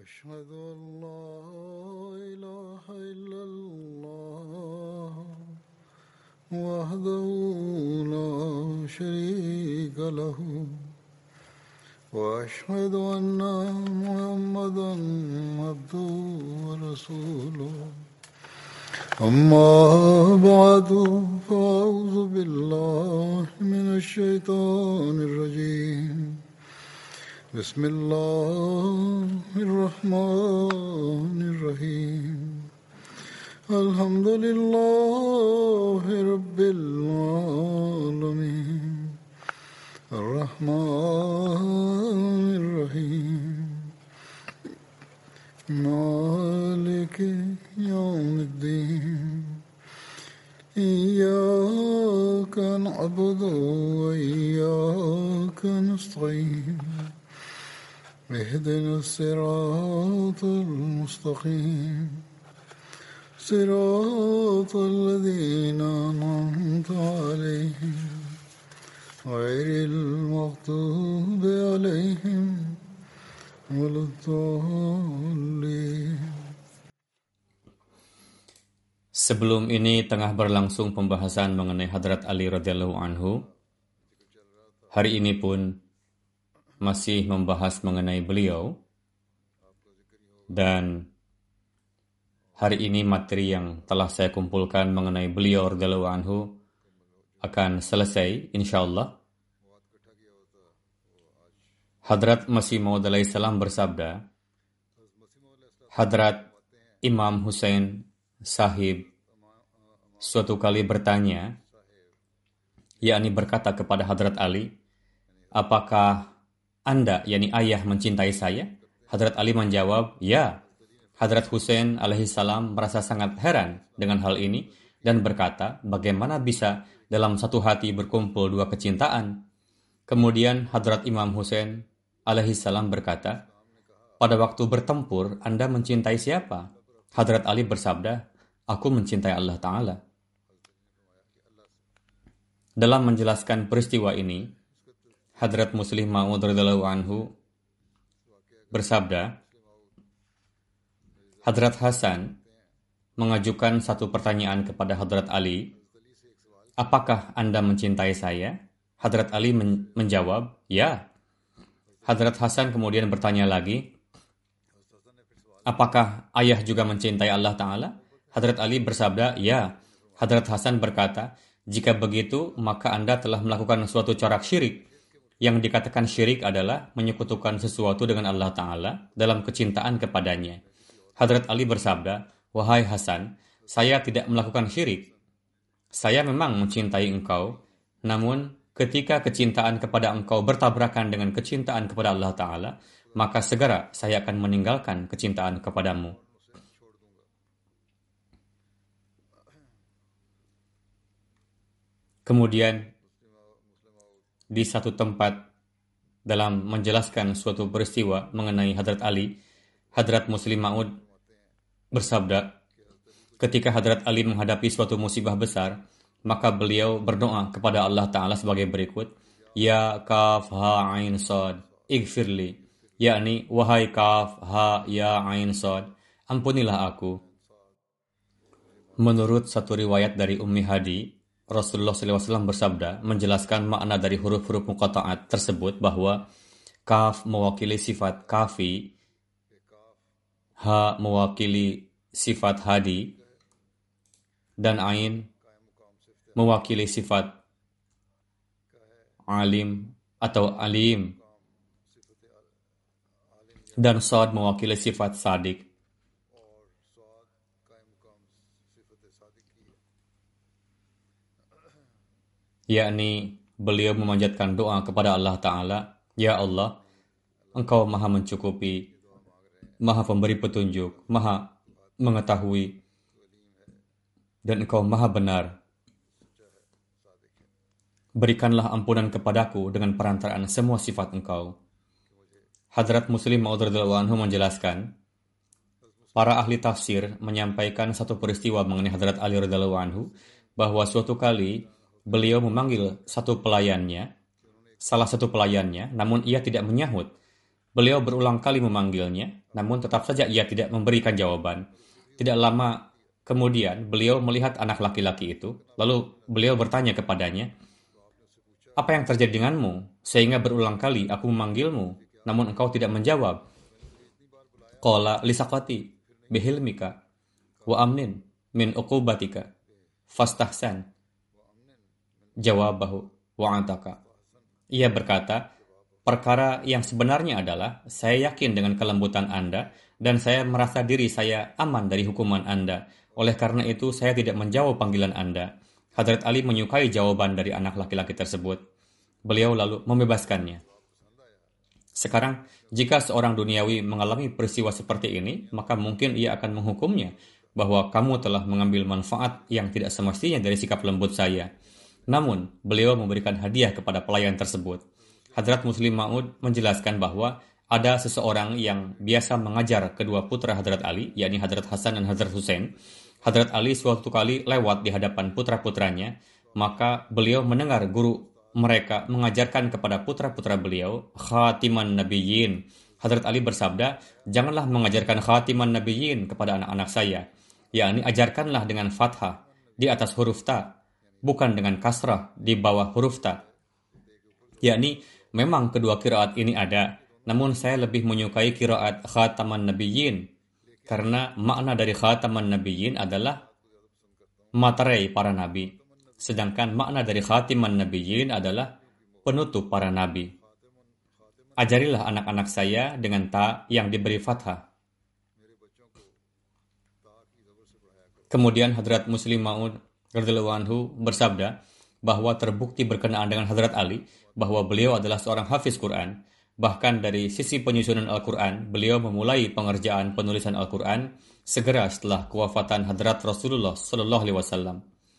أشهد أن لا إله إلا الله وحده لا شريك له وأشهد أن محمدا عبده ورسوله أما بعد فأعوذ بالله من الشيطان الرجيم بسم الله الرحمن الرحيم الحمد لله رب العالمين الرحمن الرحيم مالك يوم الدين إياك نعبد وإياك نستعين اهدنا الصراط المستقيم صراط الذين أنعمت عليهم غير المغضوب عليهم ولا الضالين. Sebelum ini tengah berlangsung pembahasan mengenai Hadrat Ali radhiyallahu anhu. Hari ini pun masih membahas mengenai beliau, dan hari ini materi yang telah saya kumpulkan mengenai beliau radhiyallahu anhu akan selesai insyaallah. Hadrat Masih Maud alaihi salam bersabda, Hadrat Imam Hussein Sahib suatu kali bertanya, yakni berkata kepada Hadrat Ali, apakah Anda, yakni ayah, mencintai saya? Hadrat Ali menjawab, ya. Hadrat Hussein alaihi salam merasa sangat heran dengan hal ini dan berkata, bagaimana bisa dalam satu hati berkumpul dua kecintaan? Kemudian Hadrat Imam Hussein alaihi salam berkata, pada waktu bertempur Anda mencintai siapa? Hadrat Ali bersabda, aku mencintai Allah Ta'ala. Dalam menjelaskan peristiwa ini, Hadrat Muslih Ma'ud radhiyallahu anhu bersabda, Hadrat Hasan mengajukan satu pertanyaan kepada Hadrat Ali, apakah Anda mencintai saya? Hadrat Ali menjawab, ya. Hadrat Hasan kemudian bertanya lagi, apakah ayah juga mencintai Allah Ta'ala? Hadrat Ali bersabda, ya. Hadrat Hasan berkata, jika begitu, maka Anda telah melakukan suatu corak syirik. Yang dikatakan syirik adalah menyekutukan sesuatu dengan Allah Ta'ala dalam kecintaan kepadanya. Hadrat Ali bersabda, wahai Hasan, saya tidak melakukan syirik. Saya memang mencintai engkau, namun ketika kecintaan kepada engkau bertabrakan dengan kecintaan kepada Allah Ta'ala, maka segera saya akan meninggalkan kecintaan kepadamu. Kemudian, di satu tempat dalam menjelaskan suatu peristiwa mengenai Hadrat Ali, Hadrat Muslih Ma'ud bersabda, ketika Hadrat Ali menghadapi suatu musibah besar, maka beliau berdoa kepada Allah Ta'ala sebagai berikut, Ya Kaf Ha Ain Sad, Ighfirli, yakni, wahai Kaf Ha Ya Ain Sad, ampunilah aku. Menurut satu riwayat dari Ummi Hadi, Rasulullah SAW bersabda, menjelaskan makna dari huruf-huruf muqata'at tersebut bahwa Kaf mewakili sifat kafi, Ha mewakili sifat hadi, dan Ain mewakili sifat alim atau alim, dan Sad mewakili sifat sadik. Yakni beliau memanjatkan doa kepada Allah Ta'ala, Ya Allah, Engkau maha mencukupi, maha pemberi petunjuk, maha mengetahui, dan Engkau maha benar. Berikanlah ampunan kepadaku dengan perantaraan semua sifat Engkau. Hadrat Muslim Ma'ud radhiyallahu anhu menjelaskan, para ahli tafsir menyampaikan satu peristiwa mengenai Hadrat Ali radhiyallahu anhu, bahwa suatu kali beliau memanggil salah satu pelayannya, namun ia tidak menyahut. Beliau berulang kali memanggilnya, namun tetap saja ia tidak memberikan jawaban. Tidak lama kemudian, beliau melihat anak laki-laki itu, lalu beliau bertanya kepadanya, "Apa yang terjadi denganmu? Sehingga berulang kali aku memanggilmu, namun engkau tidak menjawab." Qala lisaqati bihilmika wa amnin min uqubatika fastahsan jawabahu wa antaka. Ia berkata, perkara yang sebenarnya adalah saya yakin dengan kelembutan Anda dan saya merasa diri saya aman dari hukuman Anda. Oleh karena itu saya tidak menjawab panggilan Anda. Hadrat Ali menyukai jawaban dari anak laki-laki tersebut. Beliau lalu membebaskannya. Sekarang, jika seorang duniawi mengalami peristiwa seperti ini, maka mungkin ia akan menghukumnya bahwa kamu telah mengambil manfaat yang tidak semestinya dari sikap lembut saya. Namun, beliau memberikan hadiah kepada pelayan tersebut. Hadrat Muslim Maud menjelaskan bahwa ada seseorang yang biasa mengajar kedua putra Hadrat Ali, yakni Hadrat Hasan dan Hadrat Hussein. Hadrat Ali suatu kali lewat di hadapan putra-putranya, maka beliau mendengar guru mereka mengajarkan kepada putra-putra beliau khatiman nabiyyin. Hadrat Ali bersabda, "Janganlah mengajarkan khatiman nabiyyin kepada anak-anak saya, yakni ajarkanlah dengan fathah di atas huruf ta, bukan dengan kasrah di bawah huruf ta." Yakni memang kedua qiraat ini ada, namun saya lebih menyukai qiraat khataman nabiyyin karena makna dari khataman nabiyyin adalah materai para nabi. Sedangkan makna dari khatiman nabiyyin adalah penutup para nabi. Ajarilah anak-anak saya dengan ta yang diberi fathah. Kemudian Hadrat Muslim Maud radhiyallahu anhu bersabda bahwa terbukti berkenaan dengan Hadrat Ali bahwa beliau adalah seorang hafiz Quran. Bahkan dari sisi penyusunan Al-Quran, beliau memulai pengerjaan penulisan Al-Quran segera setelah kewafatan Hadrat Rasulullah Sallallahu Alaihi Wasallam.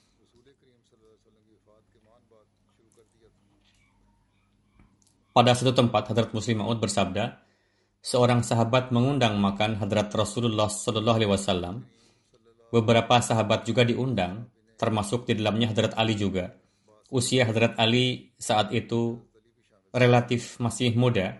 Pada satu tempat, Hadrat Muslim Maud bersabda, seorang sahabat mengundang makan Hadrat Rasulullah Sallallahu Alaihi Wasallam. Beberapa sahabat juga diundang, termasuk di dalamnya Hadrat Ali juga. Usia Hadrat Ali saat itu relatif masih muda.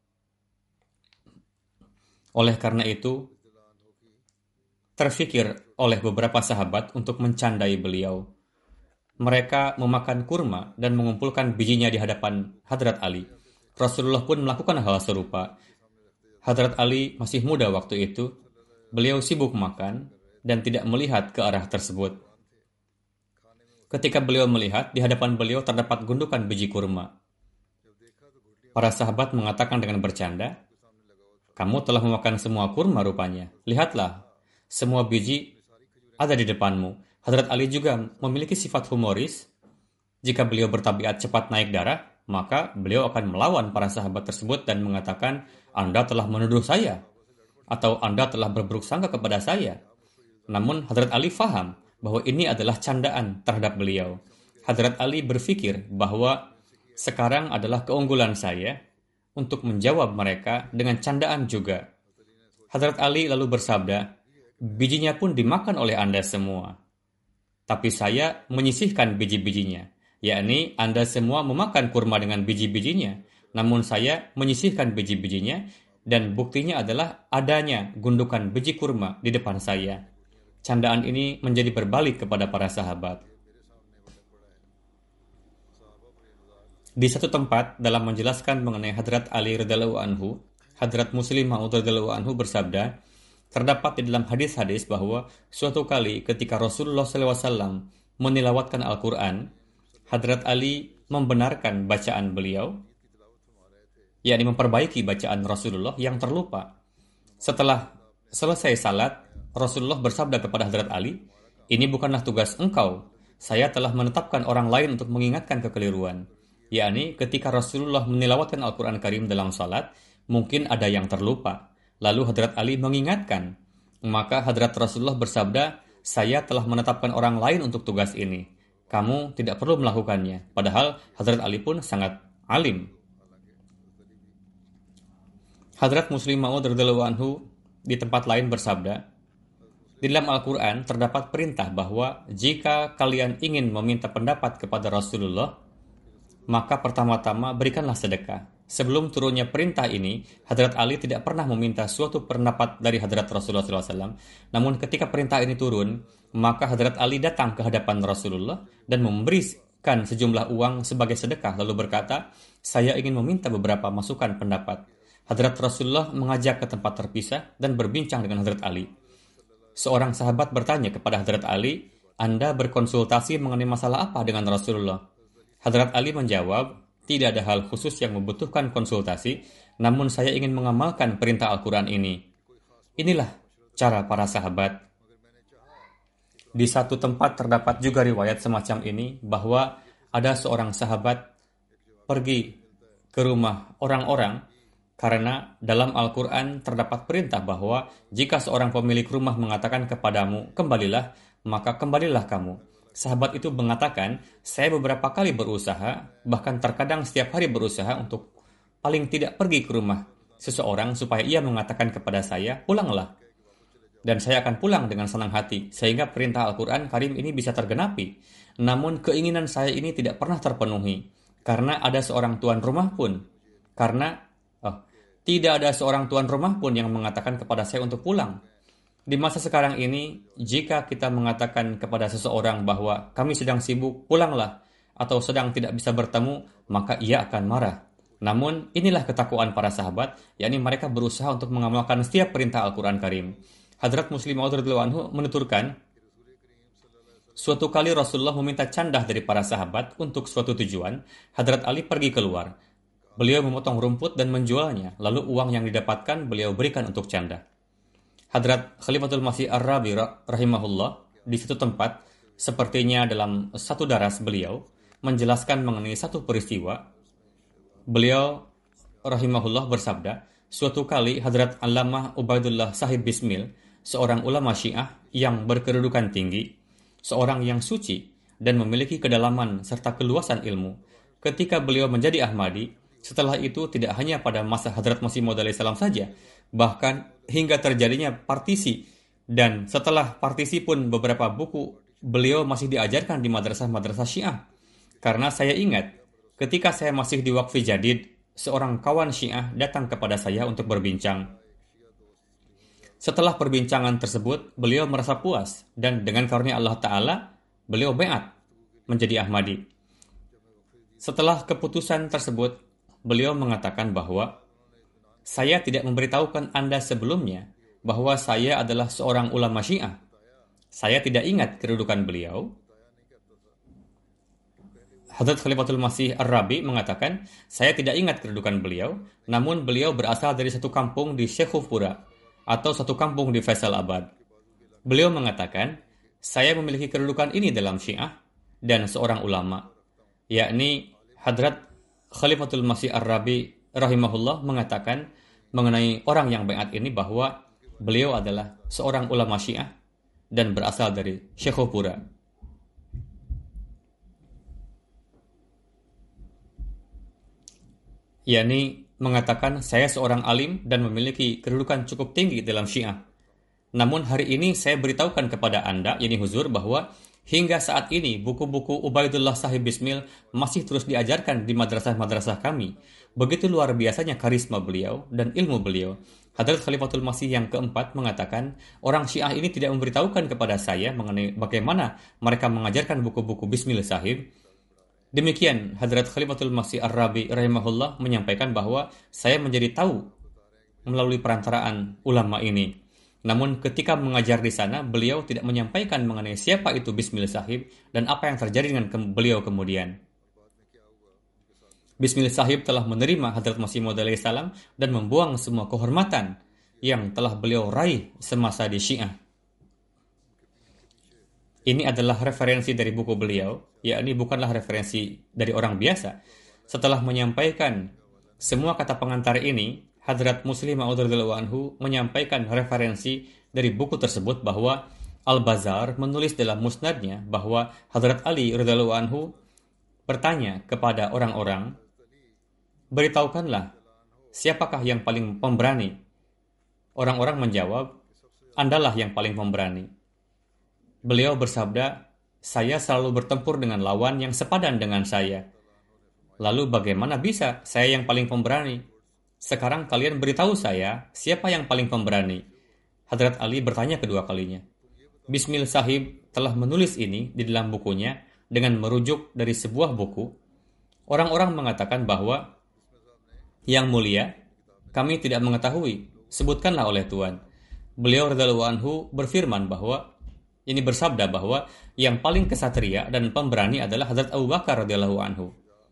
Oleh karena itu, terfikir oleh beberapa sahabat untuk mencandai beliau. Mereka memakan kurma dan mengumpulkan bijinya di hadapan Hadrat Ali. Rasulullah pun melakukan hal serupa. Hadrat Ali masih muda waktu itu. Beliau sibuk makan dan tidak melihat ke arah tersebut. Ketika beliau melihat, di hadapan beliau terdapat gundukan biji kurma. Para sahabat mengatakan dengan bercanda, "Kamu telah memakan semua kurma rupanya. Lihatlah, semua biji ada di depanmu." Hadrat Ali juga memiliki sifat humoris. Jika beliau bertabiat cepat naik darah, maka beliau akan melawan para sahabat tersebut dan mengatakan, "Anda telah menuduh saya," atau "Anda telah berburuk sangka kepada saya." Namun Hadrat Ali faham bahwa ini adalah candaan terhadap beliau. Hadrat Ali berpikir bahwa sekarang adalah keunggulan saya untuk menjawab mereka dengan candaan juga. Hadrat Ali lalu bersabda, "Bijinya pun dimakan oleh Anda semua. Tapi saya menyisihkan biji-bijinya. Yakni Anda semua memakan kurma dengan biji-bijinya. Namun saya menyisihkan biji-bijinya dan buktinya adalah adanya gundukan biji kurma di depan saya." Candaan ini menjadi berbalik kepada para sahabat. Di satu tempat dalam menjelaskan mengenai Hadrat Ali radhiyallahu anhu, Hadrat Muslim Maud radhiyallahu anhu bersabda, terdapat di dalam hadis-hadis bahwa suatu kali ketika Rasulullah SAW menilawatkan Al-Quran, Hadrat Ali membenarkan bacaan beliau, yakni memperbaiki bacaan Rasulullah yang terlupa. Setelah selesai salat, Rasulullah bersabda kepada Hadrat Ali, "Ini bukanlah tugas engkau. Saya telah menetapkan orang lain untuk mengingatkan kekeliruan." Yakni ketika Rasulullah menilawatkan Al-Quran Karim dalam salat, mungkin ada yang terlupa. Lalu Hadrat Ali mengingatkan. Maka Hadrat Rasulullah bersabda, "Saya telah menetapkan orang lain untuk tugas ini. Kamu tidak perlu melakukannya." Padahal Hadrat Ali pun sangat alim. Hadrat Muslim Maud radhiyallahu anhu di tempat lain bersabda, di dalam Al-Quran terdapat perintah bahwa jika kalian ingin meminta pendapat kepada Rasulullah, maka pertama-tama berikanlah sedekah. Sebelum turunnya perintah ini, Hadrat Ali tidak pernah meminta suatu pendapat dari Hadrat Rasulullah SAW. Namun ketika perintah ini turun, maka Hadrat Ali datang ke hadapan Rasulullah dan memberikan sejumlah uang sebagai sedekah, lalu berkata, saya ingin meminta beberapa masukan pendapat. Hadrat Rasulullah mengajak ke tempat terpisah dan berbincang dengan Hadrat Ali. Seorang sahabat bertanya kepada Hadrat Ali, Anda berkonsultasi mengenai masalah apa dengan Rasulullah? Hadrat Ali menjawab, tidak ada hal khusus yang membutuhkan konsultasi, namun saya ingin mengamalkan perintah Al-Quran ini. Inilah cara para sahabat. Di satu tempat terdapat juga riwayat semacam ini, bahwa ada seorang sahabat pergi ke rumah orang-orang, karena dalam Al-Quran terdapat perintah bahwa jika seorang pemilik rumah mengatakan kepadamu, kembalilah, maka kembalilah kamu. Sahabat itu mengatakan, saya beberapa kali berusaha, bahkan terkadang setiap hari berusaha untuk paling tidak pergi ke rumah seseorang supaya ia mengatakan kepada saya, pulanglah. Dan saya akan pulang dengan senang hati, sehingga perintah Al-Quran Karim ini bisa tergenapi. Namun keinginan saya ini tidak pernah terpenuhi, karena ada seorang tuan rumah pun. Tidak ada seorang tuan rumah pun yang mengatakan kepada saya untuk pulang. Di masa sekarang ini, jika kita mengatakan kepada seseorang bahwa kami sedang sibuk, pulanglah, atau sedang tidak bisa bertemu, maka ia akan marah. Namun, inilah ketakwaan para sahabat, yakni mereka berusaha untuk mengamalkan setiap perintah Al-Quran Karim. Hadrat Muslim Maud radhiyallahu anhu menuturkan, suatu kali Rasulullah meminta candah dari para sahabat untuk suatu tujuan. Hadrat Ali pergi keluar. Beliau memotong rumput dan menjualnya, lalu uang yang didapatkan beliau berikan untuk candah. Hadrat Khalifatul Masih Ar-Rabi rahimahullah di situ tempat, sepertinya dalam satu daras beliau, menjelaskan mengenai satu peristiwa. Beliau rahimahullah bersabda, suatu kali Hadrat Allamah Ubaidullah Sahib Bismil, seorang ulama Syiah yang berkedudukan tinggi, seorang yang suci dan memiliki kedalaman serta keluasan ilmu. Ketika beliau menjadi Ahmadi, setelah itu tidak hanya pada masa Hadrat Masih Maud alaihissalam saja, bahkan hingga terjadinya partisi, dan setelah partisi pun beberapa buku beliau masih diajarkan di madrasah-madrasah Syiah. Karena saya ingat, ketika saya masih di Waqfi Jadid, seorang kawan Syiah datang kepada saya untuk berbincang. Setelah perbincangan tersebut, beliau merasa puas, dan dengan karunia Allah Ta'ala, beliau baiat menjadi Ahmadi. Setelah keputusan tersebut, beliau mengatakan bahwa saya tidak memberitahukan Anda sebelumnya bahwa saya adalah seorang ulama Syiah. Saya tidak ingat kedudukan beliau. Hadrat Khalifatul Masih Ar-Rabi mengatakan, saya tidak ingat kedudukan beliau, namun beliau berasal dari satu kampung di Sheikhupura atau satu kampung di Faisalabad. Beliau mengatakan, saya memiliki kedudukan ini dalam Syiah dan seorang ulama, yakni Hadrat Khalifatul Masih Ar-Rabi rahimahullah mengatakan mengenai orang yang baiat ini bahwa beliau adalah seorang ulama Syiah dan berasal dari Sheikhupura. Yakni mengatakan saya seorang alim dan memiliki kedudukan cukup tinggi dalam Syiah. Namun hari ini saya beritahukan kepada Anda, yakni Huzur, bahwa hingga saat ini buku-buku Ubaidullah Sahib Bismil masih terus diajarkan di madrasah-madrasah kami. Begitu luar biasanya karisma beliau dan ilmu beliau. Hadrat Khalifatul Masih yang keempat mengatakan, orang Syiah ini tidak memberitahukan kepada saya mengenai bagaimana mereka mengajarkan buku-buku Bismil Sahib. Demikian Hadrat Khalifatul Masih Ar-Rabi rahimahullah menyampaikan bahwa saya menjadi tahu melalui perantaraan ulama ini. Namun ketika mengajar di sana, beliau tidak menyampaikan mengenai siapa itu Bismil Sahib dan apa yang terjadi dengan beliau kemudian. Bismil Sahib telah menerima Hadrat Masih Maud alaihissalam dan membuang semua kehormatan yang telah beliau raih semasa di Syiah. Ini adalah referensi dari buku beliau, yakni bukanlah referensi dari orang biasa. Setelah menyampaikan semua kata pengantar ini, Hadrat Muslim Maud radhiyallahu anhu menyampaikan referensi dari buku tersebut bahwa Al-Bazar menulis dalam musnadnya bahwa Hadrat Ali radhiyallahu anhu bertanya kepada orang-orang, beritahukanlah, siapakah yang paling pemberani? Orang-orang menjawab, Andalah yang paling pemberani. Beliau bersabda, saya selalu bertempur dengan lawan yang sepadan dengan saya. Lalu bagaimana bisa saya yang paling pemberani? Sekarang kalian beritahu saya siapa yang paling pemberani. Hadrat Ali bertanya kedua kalinya. Bismil Sahib telah menulis ini di dalam bukunya dengan merujuk dari sebuah buku. Orang-orang mengatakan bahwa yang mulia, kami tidak mengetahui. Sebutkanlah oleh Tuan. Beliau radhiyallahu anhu berfirman bahwa ini bersabda bahwa yang paling kesatria dan pemberani adalah Hadrat Abu Bakar radhiyallahu anhu.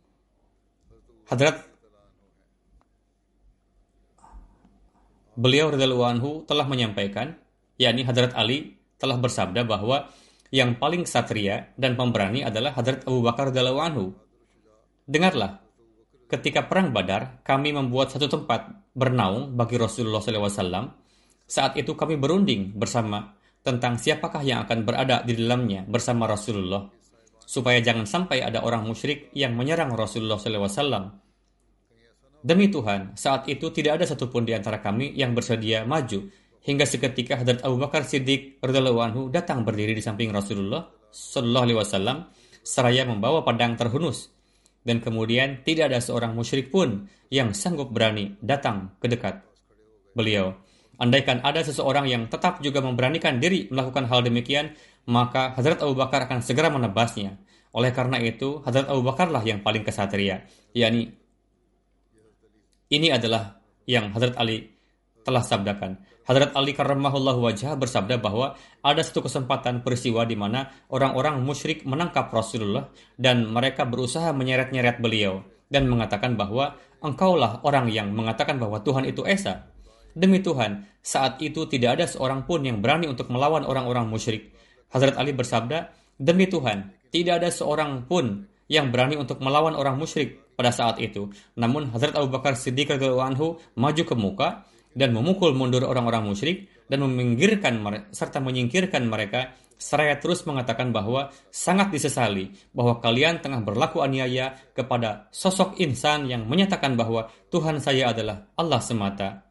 Beliau radhiyallahu anhu telah menyampaikan, yakni Hadrat Ali telah bersabda bahwa yang paling kesatria dan pemberani adalah Hadrat Abu Bakar radhiyallahu anhu. Dengarlah, ketika perang Badar, kami membuat satu tempat bernaung bagi Rasulullah SAW. Saat itu kami berunding bersama tentang siapakah yang akan berada di dalamnya bersama Rasulullah, supaya jangan sampai ada orang musyrik yang menyerang Rasulullah SAW. Demi Tuhan, saat itu tidak ada satupun di antara kami yang bersedia maju, hingga seketika Hadrat Abu Bakar Siddiq radhiyallahu anhu datang berdiri di samping Rasulullah sallallahu alaihi wasallam seraya membawa pedang terhunus, dan kemudian tidak ada seorang musyrik pun yang sanggup berani datang ke dekat beliau. Andaikan ada seseorang yang tetap juga memberanikan diri melakukan hal demikian, maka Hadrat Abu Bakar akan segera menebasnya. Oleh karena itu, Hadrat Abu Bakarlah yang paling kesatria, yakni ini adalah yang Hadrat Ali telah sabdakan. Hadrat Ali karramahullahu wajhah bersabda bahwa ada satu kesempatan peristiwa di mana orang-orang musyrik menangkap Rasulullah dan mereka berusaha menyeret-nyeret beliau dan mengatakan bahwa engkaulah orang yang mengatakan bahwa Tuhan itu esa. Demi Tuhan, saat itu tidak ada seorang pun yang berani untuk melawan orang-orang musyrik. Hadrat Ali bersabda, demi Tuhan, tidak ada seorang pun yang berani untuk melawan orang musyrik pada saat itu. Namun Hadrat Abu Bakar Siddiq radhiyallahu anhu maju ke muka dan memukul mundur orang-orang musyrik dan menyingkirkan mereka seraya terus mengatakan bahwa sangat disesali bahwa kalian tengah berlaku aniaya kepada sosok insan yang menyatakan bahwa Tuhan saya adalah Allah semata.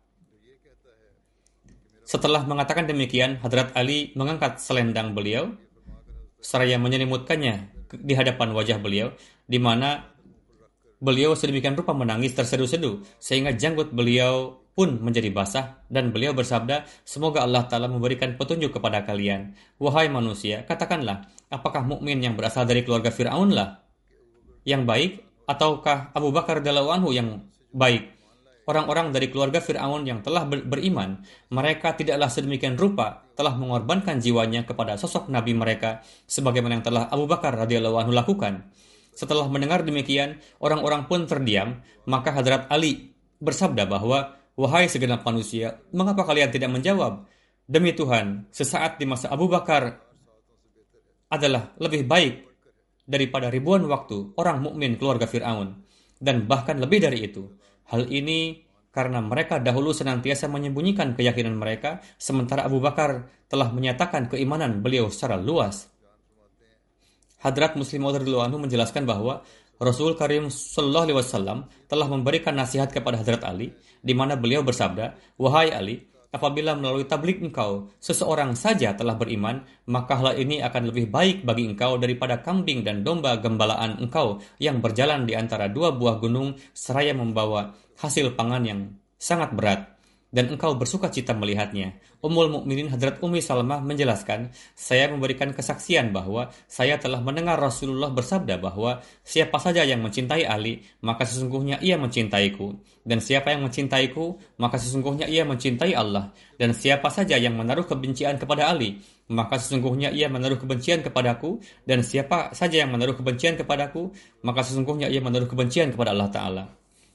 Setelah mengatakan demikian, Hadrat Ali mengangkat selendang beliau seraya menyelimutkannya di hadapan wajah beliau, di mana beliau sedemikian rupa menangis terseduh-seduh sehingga janggut beliau pun menjadi basah, dan beliau bersabda, semoga Allah Ta'ala memberikan petunjuk kepada kalian. Wahai manusia, katakanlah, apakah mukmin yang berasal dari keluarga Fir'aunlah yang baik, ataukah Abu Bakar radhiyallahu anhu yang baik? Orang-orang dari keluarga Fir'aun yang telah beriman, mereka tidaklah sedemikian rupa telah mengorbankan jiwanya kepada sosok Nabi mereka, sebagaimana yang telah Abu Bakar radhiyallahu anhu lakukan. Setelah mendengar demikian, orang-orang pun terdiam, maka Hadrat Ali bersabda bahwa, wahai segenap manusia, mengapa kalian tidak menjawab? Demi Tuhan, sesaat di masa Abu Bakar adalah lebih baik daripada ribuan waktu orang mukmin keluarga Fir'aun, dan bahkan lebih dari itu. Hal ini karena mereka dahulu senantiasa menyembunyikan keyakinan mereka, sementara Abu Bakar telah menyatakan keimanan beliau secara luas. Hadrat Muslim Maud radhiyallahu anhu menjelaskan bahwa Rasul Karim sallallahu alaihi wasallam telah memberikan nasihat kepada Hadrat Ali, di mana beliau bersabda, wahai Ali, apabila melalui tabligh engkau seseorang saja telah beriman, maka hal ini akan lebih baik bagi engkau daripada kambing dan domba gembalaan engkau yang berjalan di antara dua buah gunung seraya membawa hasil pangan yang sangat berat, dan engkau bersuka cita melihatnya. Ummul Mukminin Hadrat Ummi Salamah menjelaskan, saya memberikan kesaksian bahwa saya telah mendengar Rasulullah bersabda bahwa siapa saja yang mencintai Ali, maka sesungguhnya ia mencintaiku. Dan siapa yang mencintaiku, maka sesungguhnya ia mencintai Allah. Dan siapa saja yang menaruh kebencian kepada Ali, maka sesungguhnya ia menaruh kebencian kepadaku. Dan siapa saja yang menaruh kebencian kepadaku, maka sesungguhnya ia menaruh kebencian kepada Allah Ta'ala.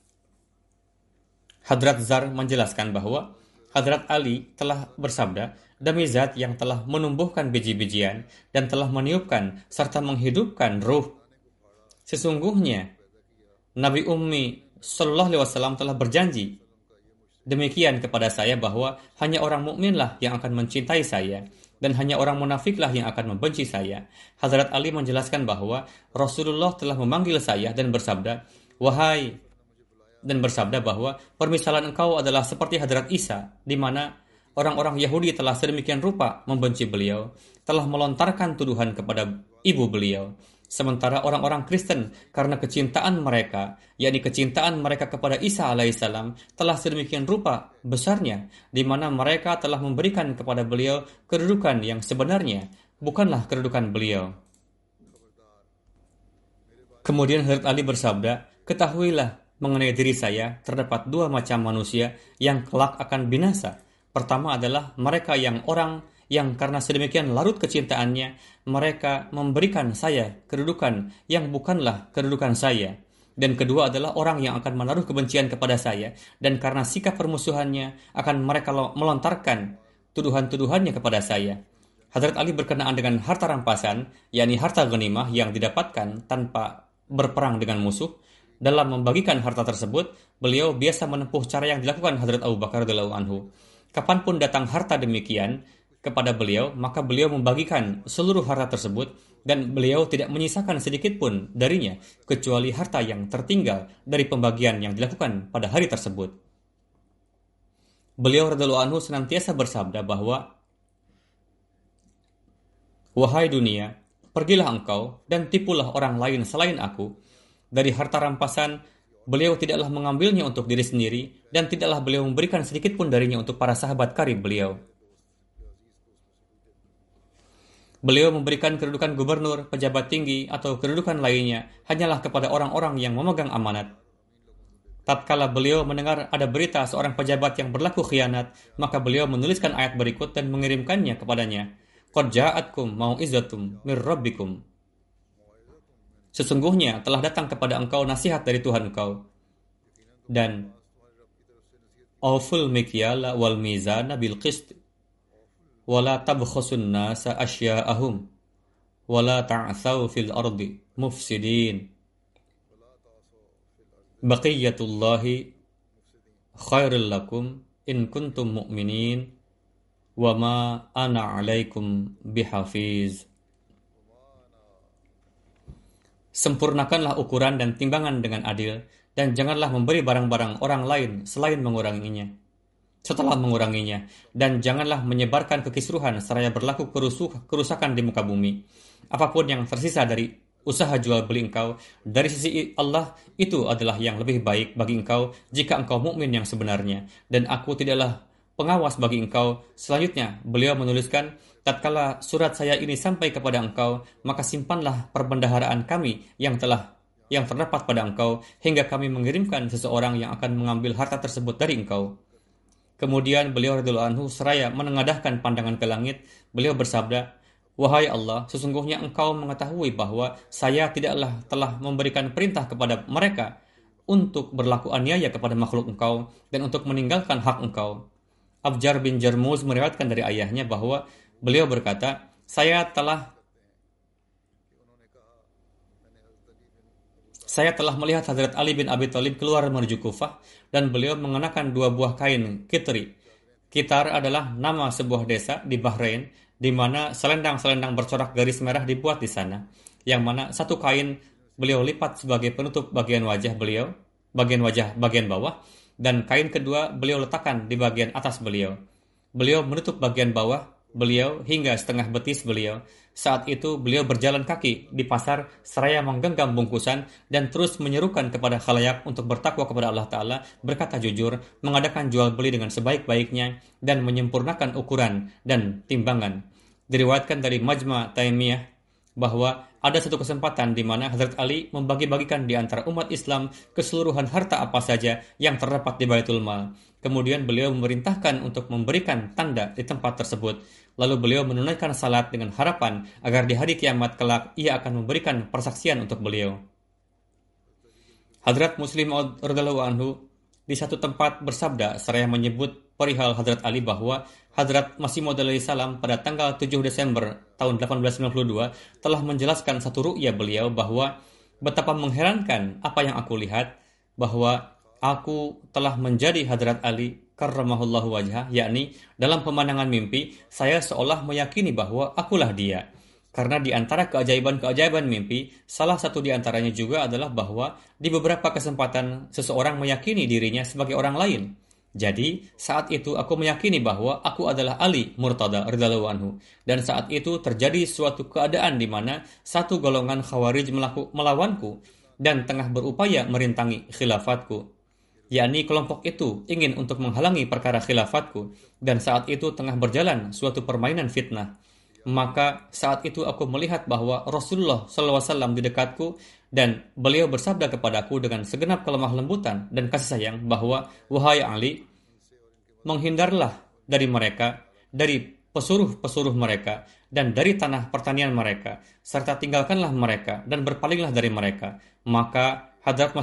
Hadrat Zar menjelaskan bahwa Hadrat Ali telah bersabda, demi zat yang telah menumbuhkan biji-bijian dan telah meniupkan serta menghidupkan ruh. Sesungguhnya Nabi Ummi sallallahu alaihi wasallam telah berjanji demikian kepada saya bahwa hanya orang mukminlah yang akan mencintai saya dan hanya orang munafiklah yang akan membenci saya. Hadrat Ali menjelaskan bahwa Rasulullah telah memanggil saya dan bersabda bahwa permisalan engkau adalah seperti Hadrat Isa, di mana orang-orang Yahudi telah sedemikian rupa membenci beliau, telah melontarkan tuduhan kepada ibu beliau. Sementara orang-orang Kristen karena kecintaan mereka, yakni kecintaan mereka kepada Isa alaihissalam, telah sedemikian rupa besarnya, di mana mereka telah memberikan kepada beliau kedudukan yang sebenarnya, bukanlah kedudukan beliau. Kemudian Hazrat Ali bersabda, ketahuilah mengenai diri saya, terdapat dua macam manusia yang kelak akan binasa. Pertama adalah mereka yang karena sedemikian larut kecintaannya, mereka memberikan saya kedudukan yang bukanlah kedudukan saya. Dan kedua adalah orang yang akan menaruh kebencian kepada saya, dan karena sikap permusuhannya akan mereka melontarkan tuduhan-tuduhannya kepada saya. Hazrat Ali berkenaan dengan harta rampasan, yakni harta ghanimah yang didapatkan tanpa berperang dengan musuh. Dalam membagikan harta tersebut, beliau biasa menempuh cara yang dilakukan Hazrat Abu Bakar radhiyallahu anhu. Kapanpun datang harta demikian kepada beliau, maka beliau membagikan seluruh harta tersebut dan beliau tidak menyisakan sedikit pun darinya kecuali harta yang tertinggal dari pembagian yang dilakukan pada hari tersebut. Beliau radhiyallahu anhu senantiasa bersabda bahwa, wahai dunia, pergilah engkau dan tipulah orang lain selain aku. Dari harta rampasan, beliau tidaklah mengambilnya untuk diri sendiri dan tidaklah beliau memberikan sedikit pun darinya untuk para sahabat karib beliau. Beliau memberikan kedudukan gubernur, pejabat tinggi, atau kedudukan lainnya hanyalah kepada orang-orang yang memegang amanat. Tatkala beliau mendengar ada berita seorang pejabat yang berlaku khianat, maka beliau menuliskan ayat berikut dan mengirimkannya kepadanya. Qad ja'atkum mau'izatum mir rabbikum. Sesungguhnya telah datang kepada engkau nasihat dari Tuhan engkau. Dan awful mikyala wal mizana bil qist wala tabkhasun nasa asya'ahum wala ta'thaw fil ardi mufsidin. Baqiyatullahi khairul lakum in kuntum mu'minin wa ma ana 'alaikum bihafiz. Sempurnakanlah ukuran dan timbangan dengan adil, dan janganlah memberi barang-barang orang lain selain menguranginya. Setelah menguranginya, dan janganlah menyebarkan kekisruhan seraya berlaku kerusakan di muka bumi. Apapun yang tersisa dari usaha jual beli engkau dari sisi Allah, itu adalah yang lebih baik bagi engkau jika engkau mukmin yang sebenarnya, dan aku tidaklah pengawas bagi engkau. Selanjutnya, beliau menuliskan, tatkala surat saya ini sampai kepada engkau, maka simpanlah perbendaharaan kami yang terdapat pada engkau, hingga kami mengirimkan seseorang yang akan mengambil harta tersebut dari engkau. Kemudian beliau radhiyallahu anhu seraya menengadahkan pandangan ke langit, beliau bersabda, wahai Allah, sesungguhnya engkau mengetahui bahwa saya tidaklah telah memberikan perintah kepada mereka untuk berlaku aniaya kepada makhluk engkau dan untuk meninggalkan hak engkau. Abjar bin Jarmuz meriwayatkan dari ayahnya bahwa beliau berkata, saya telah melihat Hazrat Ali bin Abi Thalib keluar menuju Kufah dan beliau mengenakan dua buah kain kitri. Kitar adalah nama sebuah desa di Bahrain di mana selendang-selendang bercorak garis merah dibuat di sana, yang mana satu kain beliau lipat sebagai penutup bagian wajah beliau, bagian bawah, dan kain kedua beliau letakkan di bagian atas beliau. Beliau menutup bagian bawah beliau hingga setengah betis beliau. Saat itu beliau berjalan kaki di pasar seraya menggenggam bungkusan dan terus menyerukan kepada khalayak untuk bertakwa kepada Allah Ta'ala, berkata jujur, mengadakan jual beli dengan sebaik-baiknya, dan menyempurnakan ukuran dan timbangan. Diriwayatkan dari Majma' Taimiyah bahwa ada satu kesempatan di mana Hazrat Ali membagi-bagikan di antara umat Islam keseluruhan harta apa saja yang terdapat di Baitul Mal. Kemudian beliau memerintahkan untuk memberikan tanda di tempat tersebut. Lalu beliau menunaikan salat dengan harapan agar di hari kiamat kelak ia akan memberikan persaksian untuk beliau. Hazrat Muslim radhiyallahu anhu di satu tempat bersabda seraya menyebut perihal Hazrat Ali bahwa Hazrat Masih Maud alaihi salam pada tanggal 7 Desember tahun 1892 telah menjelaskan satu ru'ya beliau bahwa betapa mengherankan apa yang aku lihat, bahwa aku telah menjadi Hazrat Ali karramahullahu wajhah, yakni dalam pemandangan mimpi saya seolah meyakini bahwa akulah dia. Karena di antara keajaiban-keajaiban mimpi, salah satu di antaranya juga adalah bahwa di beberapa kesempatan seseorang meyakini dirinya sebagai orang lain. Jadi, saat itu aku meyakini bahwa aku adalah Ali Murtada radhiyallahu anhu. Dan saat itu terjadi suatu keadaan di mana satu golongan Khawarij melawanku dan tengah berupaya merintangi khilafatku. Yakni kelompok itu ingin untuk menghalangi perkara khilafatku dan saat itu tengah berjalan suatu permainan fitnah. Maka saat itu aku melihat bahwa Rasulullah SAW di dekatku dan beliau bersabda kepadaku dengan segenap kelemah lembutan dan kasih sayang bahwa, wahai Ali, menghindarlah dari mereka, dari pesuruh-pesuruh mereka, dan dari tanah pertanian mereka, serta tinggalkanlah mereka dan berpalinglah dari mereka. Maka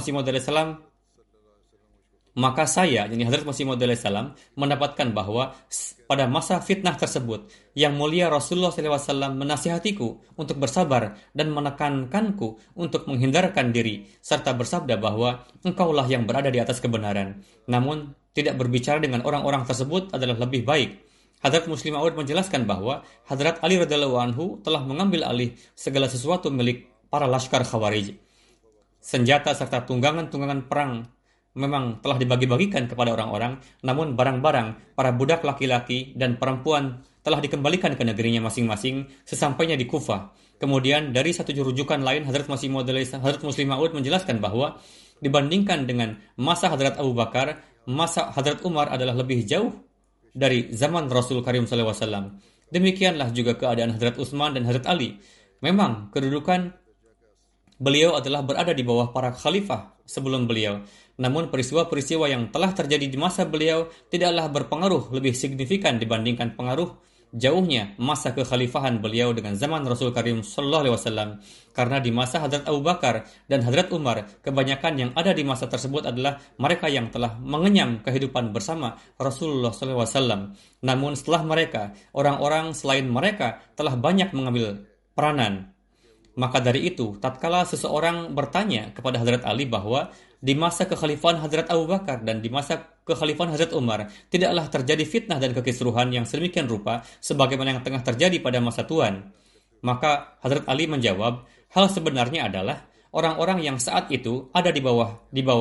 saya, yakni Hadrat Masih Maud salam, mendapatkan bahwa pada masa fitnah tersebut, yang mulia Rasulullah SAW menasihatiku untuk bersabar dan menekankanku untuk menghindarkan diri, serta bersabda bahwa engkaulah yang berada di atas kebenaran. Namun, tidak berbicara dengan orang-orang tersebut adalah lebih baik. Hadrat Muslim Maud menjelaskan bahwa Hadrat Ali radhiyallahu anhu telah mengambil alih segala sesuatu milik para laskar Khawarij. Senjata serta tunggangan-tunggangan perang memang telah dibagi-bagikan kepada orang-orang, namun barang-barang para budak laki-laki dan perempuan telah dikembalikan ke negerinya masing-masing sesampainya di Kufah. Kemudian dari satu rujukan lain, Hadrat Muslim Maud menjelaskan bahwa dibandingkan dengan masa Hadrat Abu Bakar, masa Hadrat Umar adalah lebih jauh dari zaman Rasul Karim SAW. Demikianlah juga keadaan Hadrat Utsman dan Hadrat Ali. Memang kedudukan beliau adalah berada di bawah para khalifah sebelum beliau. Namun peristiwa-peristiwa yang telah terjadi di masa beliau tidaklah berpengaruh lebih signifikan dibandingkan pengaruh jauhnya masa kekhalifahan beliau dengan zaman Rasul Karim SAW. Karena di masa Hadrat Abu Bakar dan Hadrat Umar, kebanyakan yang ada di masa tersebut adalah mereka yang telah mengenyam kehidupan bersama Rasulullah SAW. Namun setelah mereka, orang-orang selain mereka telah banyak mengambil peranan. Maka dari itu, tatkala seseorang bertanya kepada Hadrat Ali bahwa di masa kekhalifahan Hadrat Abu Bakar dan di masa kekhalifahan Hadrat Umar tidaklah terjadi fitnah dan kekisruhan yang sedemikian rupa sebagaimana yang tengah terjadi pada masa Tuhan, maka Hadrat Ali menjawab, hal sebenarnya adalah orang-orang yang saat itu ada di bawah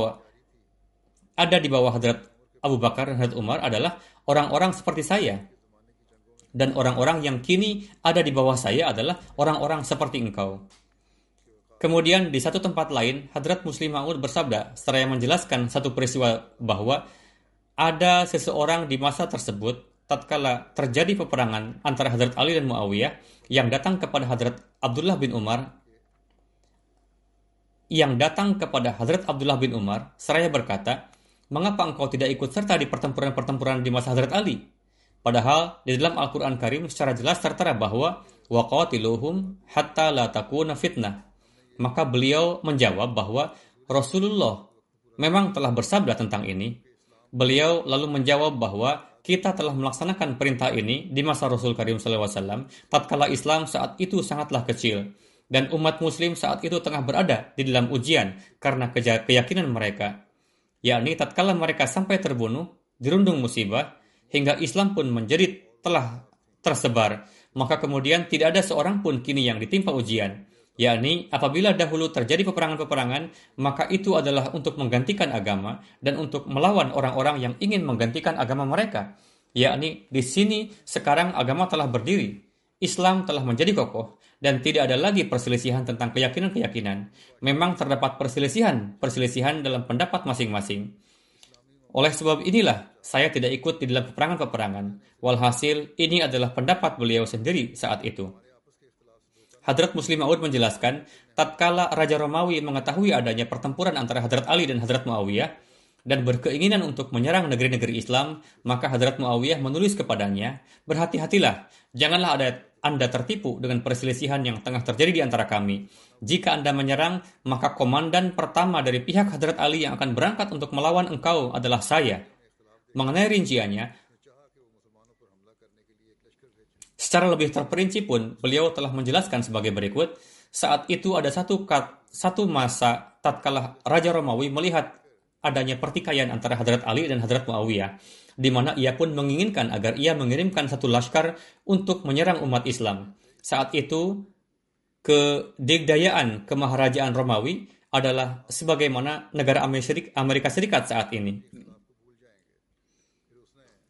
Hadrat Abu Bakar dan Hadrat Umar adalah orang-orang seperti saya. Dan orang-orang yang kini ada di bawah saya adalah orang-orang seperti engkau. Kemudian di satu tempat lain, Hadrat Muslim Maud bersabda, seraya menjelaskan satu peristiwa bahwa ada seseorang di masa tersebut, tatkala terjadi peperangan antara Hadrat Ali dan Muawiyah, yang datang kepada Hadrat Abdullah bin Umar, seraya berkata, mengapa engkau tidak ikut serta di pertempuran-pertempuran di masa Hadrat Ali? Padahal di dalam Al-Quran Karim secara jelas tertera bahwa waqatiluhum hatta la takuna fitnah. Maka beliau menjawab bahwa Rasulullah memang telah bersabda tentang ini. Beliau lalu menjawab bahwa kita telah melaksanakan perintah ini di masa Rasul Karim SAW tatkala Islam saat itu sangatlah kecil dan umat muslim saat itu tengah berada di dalam ujian karena keyakinan mereka, yakni tatkala mereka sampai terbunuh, dirundung musibah, hingga Islam pun menjadi telah tersebar, maka kemudian tidak ada seorang pun kini yang ditimpa ujian. Yakni apabila dahulu terjadi peperangan-peperangan, maka itu adalah untuk menggantikan agama dan untuk melawan orang-orang yang ingin menggantikan agama mereka. Yakni di sini sekarang agama telah berdiri, Islam telah menjadi kokoh, dan tidak ada lagi perselisihan tentang keyakinan-keyakinan. Memang terdapat perselisihan dalam pendapat masing-masing. Oleh sebab inilah, saya tidak ikut di dalam peperangan-peperangan. Walhasil, ini adalah pendapat beliau sendiri saat itu. Hadrat Muslim Maud menjelaskan, tatkala Raja Romawi mengetahui adanya pertempuran antara Hadrat Ali dan Hadrat Muawiyah, dan berkeinginan untuk menyerang negeri-negeri Islam, maka Hadrat Muawiyah menulis kepadanya, berhati-hatilah, janganlah Anda tertipu dengan perselisihan yang tengah terjadi di antara kami. Jika Anda menyerang, maka komandan pertama dari pihak Hadrat Ali yang akan berangkat untuk melawan engkau adalah saya. Mengenai rinciannya, secara lebih terperinci pun, beliau telah menjelaskan sebagai berikut. Saat itu ada satu masa tatkala Raja Romawi melihat adanya pertikaian antara Hadrat Ali dan Hadrat Muawiyah, di mana ia pun menginginkan agar ia mengirimkan satu laskar untuk menyerang umat Islam. Saat itu, kedigdayaan kemaharajaan Romawi adalah sebagaimana negara Amerika Serikat saat ini.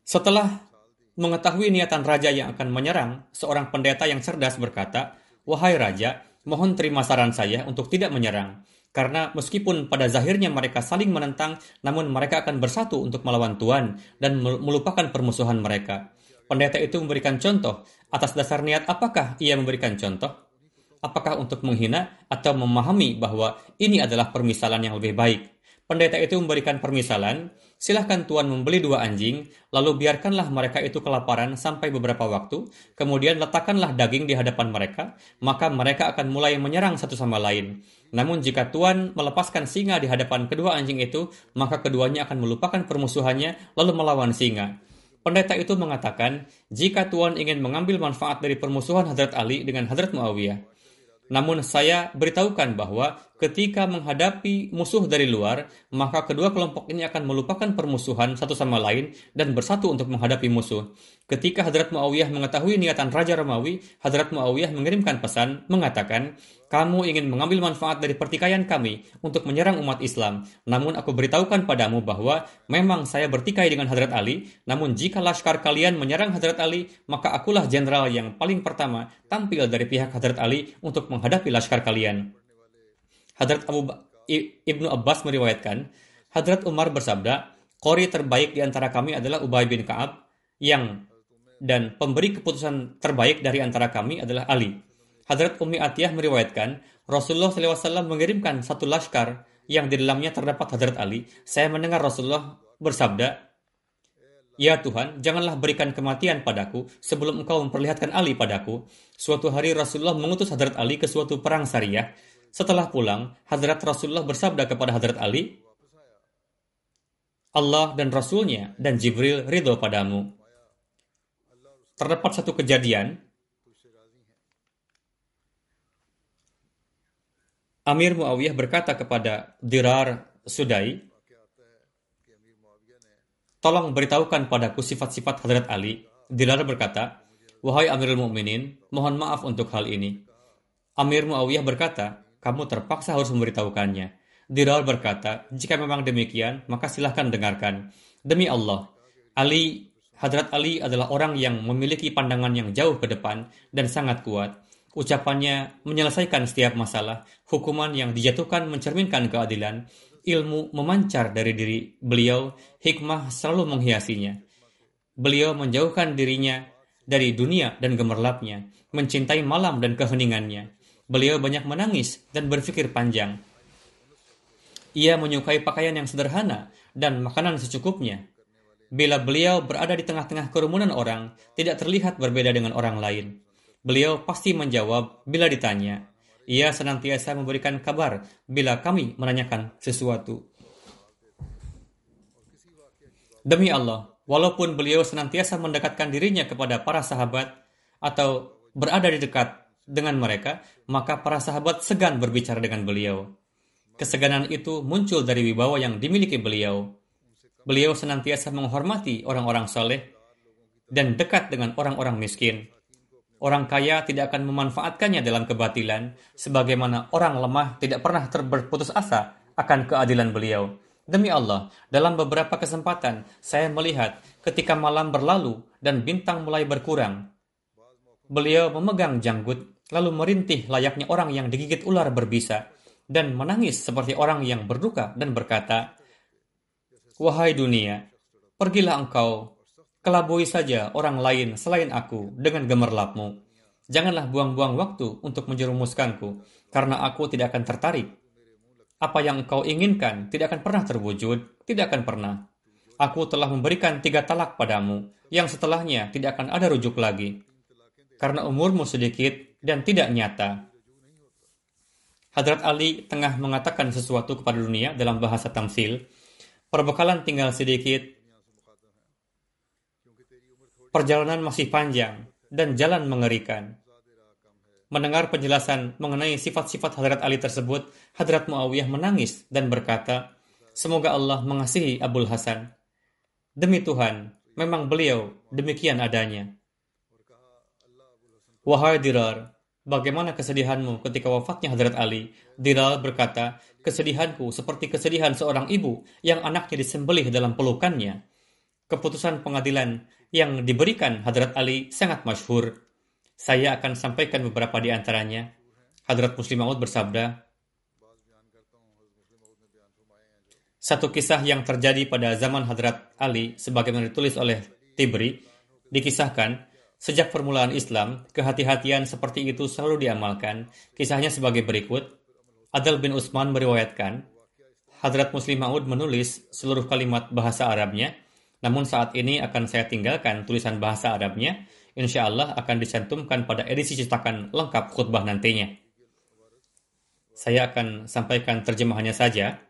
Setelah mengetahui niatan raja yang akan menyerang, seorang pendeta yang cerdas berkata, "Wahai raja, mohon terima saran saya untuk tidak menyerang. Karena meskipun pada zahirnya mereka saling menentang, namun mereka akan bersatu untuk melawan Tuhan dan melupakan permusuhan mereka." Pendeta itu memberikan contoh. Atas dasar niat apakah ia memberikan contoh? Apakah untuk menghina atau memahami bahwa ini adalah permisalan yang lebih baik? Pendeta itu memberikan permisalan, silahkan Tuan membeli 2 anjing, lalu biarkanlah mereka itu kelaparan sampai beberapa waktu, kemudian letakkanlah daging di hadapan mereka, maka mereka akan mulai menyerang satu sama lain. Namun jika Tuan melepaskan singa di hadapan kedua anjing itu, maka keduanya akan melupakan permusuhannya lalu melawan singa. Pendeta itu mengatakan, jika Tuan ingin mengambil manfaat dari permusuhan Hadrat Ali dengan Hadrat Muawiyah, namun saya beritahukan bahwa ketika menghadapi musuh dari luar, maka kedua kelompok ini akan melupakan permusuhan satu sama lain dan bersatu untuk menghadapi musuh. Ketika Hadrat Muawiyah mengetahui niatan Raja Romawi, Hadrat Muawiyah mengirimkan pesan mengatakan, "Kamu ingin mengambil manfaat dari pertikaian kami untuk menyerang umat Islam. Namun aku beritahukan padamu bahwa memang saya bertikai dengan Hadrat Ali, namun jika laskar kalian menyerang Hadrat Ali, maka akulah jenderal yang paling pertama tampil dari pihak Hadrat Ali untuk menghadapi laskar kalian." Hadrat Ibnu Abbas meriwayatkan, Hadrat Umar bersabda, "Qori terbaik di antara kami adalah Ubay bin Ka'ab, dan pemberi keputusan terbaik dari antara kami adalah Ali." Hadrat Ummi Atiyah meriwayatkan, Rasulullah SAW mengirimkan satu laskar yang di dalamnya terdapat Hadrat Ali. Saya mendengar Rasulullah bersabda, "Ya Tuhan, janganlah berikan kematian padaku sebelum Engkau memperlihatkan Ali padaku." Suatu hari Rasulullah mengutus Hadrat Ali ke suatu perang syariah. Setelah pulang, Hadrat Rasulullah bersabda kepada Hadrat Ali, "Allah dan Rasulnya dan Jibril ridho padamu." Terdapat satu kejadian, Amir Muawiyah berkata kepada Dirar Sudai, "Tolong beritahukan padaku sifat-sifat Hadrat Ali." Dirar berkata, "Wahai Amirul Mukminin, mohon maaf untuk hal ini." Amir Muawiyah berkata, "Kamu terpaksa harus memberitahukannya." Dirar berkata, "Jika memang demikian, maka silahkan dengarkan. Demi Allah, Hadrat Ali adalah orang yang memiliki pandangan yang jauh ke depan dan sangat kuat. Ucapannya menyelesaikan setiap masalah, hukuman yang dijatuhkan mencerminkan keadilan, ilmu memancar dari diri beliau, hikmah selalu menghiasinya. Beliau menjauhkan dirinya dari dunia dan gemerlapnya, mencintai malam dan keheningannya. Beliau banyak menangis dan berpikir panjang. Ia menyukai pakaian yang sederhana dan makanan secukupnya. Bila beliau berada di tengah-tengah kerumunan orang, tidak terlihat berbeda dengan orang lain. Beliau pasti menjawab bila ditanya. Ia senantiasa memberikan kabar bila kami menanyakan sesuatu. Demi Allah, walaupun beliau senantiasa mendekatkan dirinya kepada para sahabat atau berada di dekat dengan mereka, maka para sahabat segan berbicara dengan beliau. Keseganan itu muncul dari wibawa yang dimiliki beliau. Beliau senantiasa menghormati orang-orang saleh dan dekat dengan orang-orang miskin. Orang kaya tidak akan memanfaatkannya dalam kebatilan, sebagaimana orang lemah tidak pernah berputus asa akan keadilan beliau. Demi Allah, dalam beberapa kesempatan saya melihat ketika malam berlalu dan bintang mulai berkurang, beliau memegang janggut lalu merintih layaknya orang yang digigit ular berbisa dan menangis seperti orang yang berduka dan berkata, "Wahai dunia, pergilah engkau, kelabui saja orang lain selain aku dengan gemerlapmu. Janganlah buang-buang waktu untuk menjerumuskanku, karena aku tidak akan tertarik. Apa yang engkau inginkan tidak akan pernah terwujud, tidak akan pernah. Aku telah memberikan 3 talak padamu, yang setelahnya tidak akan ada rujuk lagi. Karena umurmu sedikit dan tidak nyata." Hadrat Ali tengah mengatakan sesuatu kepada dunia dalam bahasa tamsil. Perbekalan tinggal sedikit, perjalanan masih panjang, dan jalan mengerikan. Mendengar penjelasan mengenai sifat-sifat Hadrat Ali tersebut, Hadrat Muawiyah menangis dan berkata, "Semoga Allah mengasihi Abul Hasan. Demi Tuhan, memang beliau demikian adanya." Wahai Dirar, bagaimana kesedihanmu ketika wafatnya Hadrat Ali? Dirar berkata, "Kesedihanku seperti kesedihan seorang ibu yang anaknya disembelih dalam pelukannya." keputusan pengadilan yang diberikan Hadrat Ali sangat masyhur. Saya akan sampaikan beberapa di antaranya. Hadrat Muslim Maud bersabda, satu kisah yang terjadi pada zaman Hadrat Ali sebagaimana ditulis oleh Tibri, dikisahkan, sejak permulaan Islam, kehati-hatian seperti itu selalu diamalkan. Kisahnya sebagai berikut. Adl bin Utsman meriwayatkan, Hadrat Muslim Maud menulis seluruh kalimat bahasa Arabnya, namun saat ini akan saya tinggalkan tulisan bahasa Arabnya, insya Allah akan dicantumkan pada edisi cetakan lengkap khutbah nantinya. Saya akan sampaikan terjemahannya saja.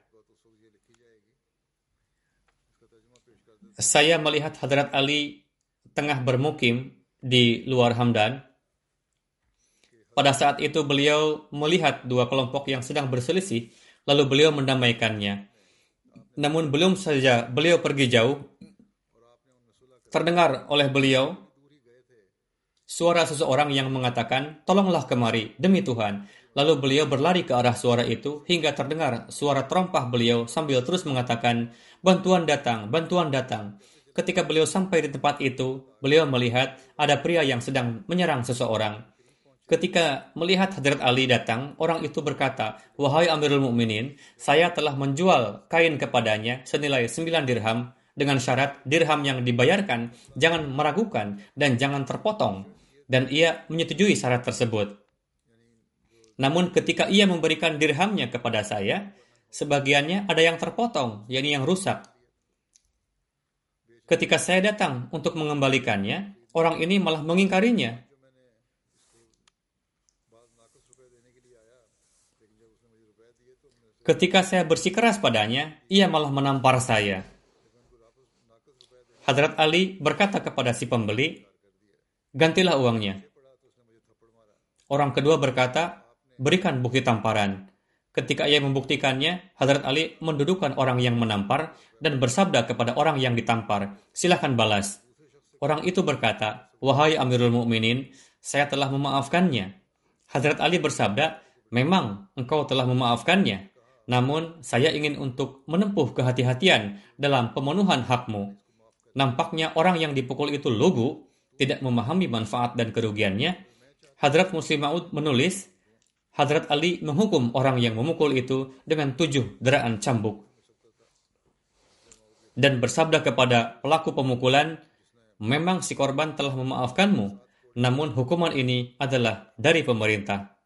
Saya melihat Hadrat Ali tengah bermukim di luar Hamdan. Pada saat itu beliau melihat dua kelompok yang sedang berselisih, lalu beliau mendamaikannya. Namun belum saja beliau pergi jauh, terdengar oleh beliau suara seseorang yang mengatakan, tolonglah kemari, demi Tuhan. Lalu beliau berlari ke arah suara itu hingga terdengar suara terompah beliau sambil terus mengatakan, bantuan datang, bantuan datang. Ketika beliau sampai di tempat itu, beliau melihat ada pria yang sedang menyerang seseorang. Ketika melihat Hadrat Ali datang, orang itu berkata, wahai Amirul Mukminin, saya telah menjual kain kepadanya senilai 9 dirham dengan syarat dirham yang dibayarkan jangan meragukan dan jangan terpotong. Dan ia menyetujui syarat tersebut. Namun ketika ia memberikan dirhamnya kepada saya, sebagiannya ada yang terpotong, yakni yang rusak. Ketika saya datang untuk mengembalikannya, orang ini malah mengingkarinya. Ketika saya bersikeras padanya, ia malah menampar saya. Hadrat Ali berkata kepada si pembeli, gantilah uangnya. Orang kedua berkata, berikan bukti tamparan. Ketika ia membuktikannya, Hadrat Ali mendudukkan orang yang menampar dan bersabda kepada orang yang ditampar, silakan balas. Orang itu berkata, wahai Amirul Mukminin, saya telah memaafkannya. Hadrat Ali bersabda, memang engkau telah memaafkannya, namun saya ingin untuk menempuh kehati-hatian dalam pemenuhan hakmu. Nampaknya orang yang dipukul itu lugu, tidak memahami manfaat dan kerugiannya. Hadrat Muslim Maud menulis, Hadrat Ali menghukum orang yang memukul itu dengan 7 deraan cambuk. Dan bersabda kepada pelaku pemukulan, memang si korban telah memaafkanmu, namun hukuman ini adalah dari pemerintah.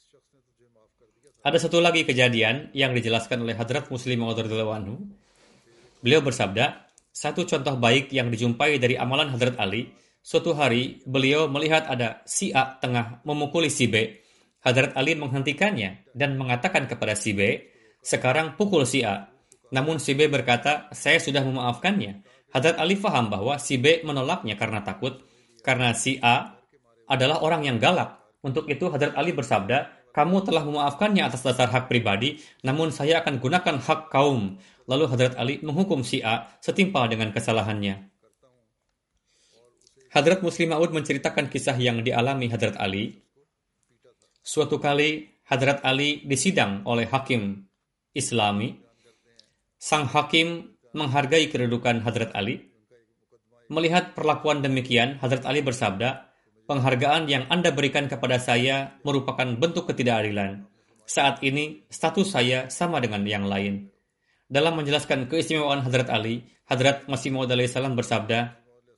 Ada satu lagi kejadian yang dijelaskan oleh Hadrat Muslim Maud radhiyallahu anhu. Beliau bersabda, satu contoh baik yang dijumpai dari amalan Hadrat Ali, suatu hari beliau melihat ada si A tengah memukuli si B. Hadrat Ali menghentikannya dan mengatakan kepada si B, sekarang pukul si A. Namun si B berkata, saya sudah memaafkannya. Hadrat Ali faham bahwa si B menolaknya karena takut, karena si A adalah orang yang galak. Untuk itu Hadrat Ali bersabda, kamu telah memaafkannya atas dasar hak pribadi, namun saya akan gunakan hak kaum. Lalu Hadrat Ali menghukum si A setimpal dengan kesalahannya. Hadrat Muslim Maud menceritakan kisah yang dialami Hadrat Ali. Suatu kali Hadrat Ali disidang oleh hakim Islami. Sang hakim menghargai kedudukan Hadrat Ali. Melihat perlakuan demikian, Hadrat Ali bersabda, penghargaan yang Anda berikan kepada saya merupakan bentuk ketidakadilan. Saat ini status saya sama dengan yang lain. Dalam menjelaskan keistimewaan Hadrat Ali, Hadrat Masih Maud alaihi salam bersabda,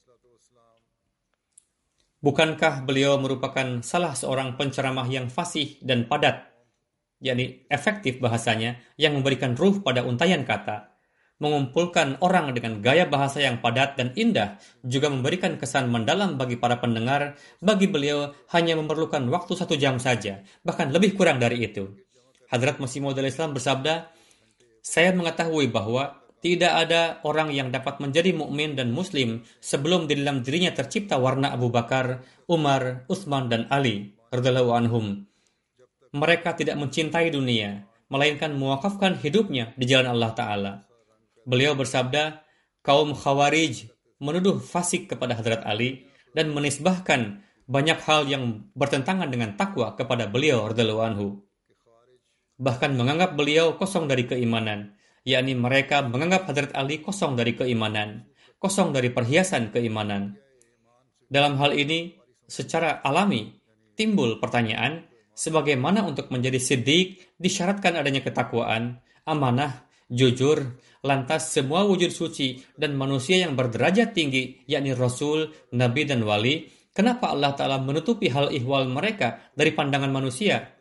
bukankah beliau merupakan salah seorang penceramah yang fasih dan padat, yakni efektif bahasanya, yang memberikan ruh pada untayan kata, mengumpulkan orang dengan gaya bahasa yang padat dan indah, juga memberikan kesan mendalam bagi para pendengar. Bagi beliau hanya memerlukan waktu 1 jam saja, bahkan lebih kurang dari itu. Hadrat Masih Maud alaihi salam bersabda, saya mengetahui bahwa tidak ada orang yang dapat menjadi mukmin dan muslim sebelum di dalam dirinya tercipta warna Abu Bakar, Umar, Utsman, dan Ali radhiyallahu anhum. Mereka tidak mencintai dunia, melainkan mewakafkan hidupnya di jalan Allah Ta'ala. Beliau bersabda, kaum Khawarij menuduh fasik kepada Hadrat Ali dan menisbahkan banyak hal yang bertentangan dengan takwa kepada beliau radhiyallahu anhu. Bahkan menganggap beliau kosong dari keimanan, yakni mereka menganggap Hadrat Ali kosong dari keimanan. kosong dari perhiasan keimanan. Dalam hal ini, secara alami, timbul pertanyaan, sebagaimana untuk menjadi siddiq disyaratkan adanya ketakwaan, amanah, jujur, lantas semua wujud suci dan manusia yang berderajat tinggi, yakni Rasul, Nabi, dan Wali, kenapa Allah Ta'ala menutupi hal ihwal mereka dari pandangan manusia?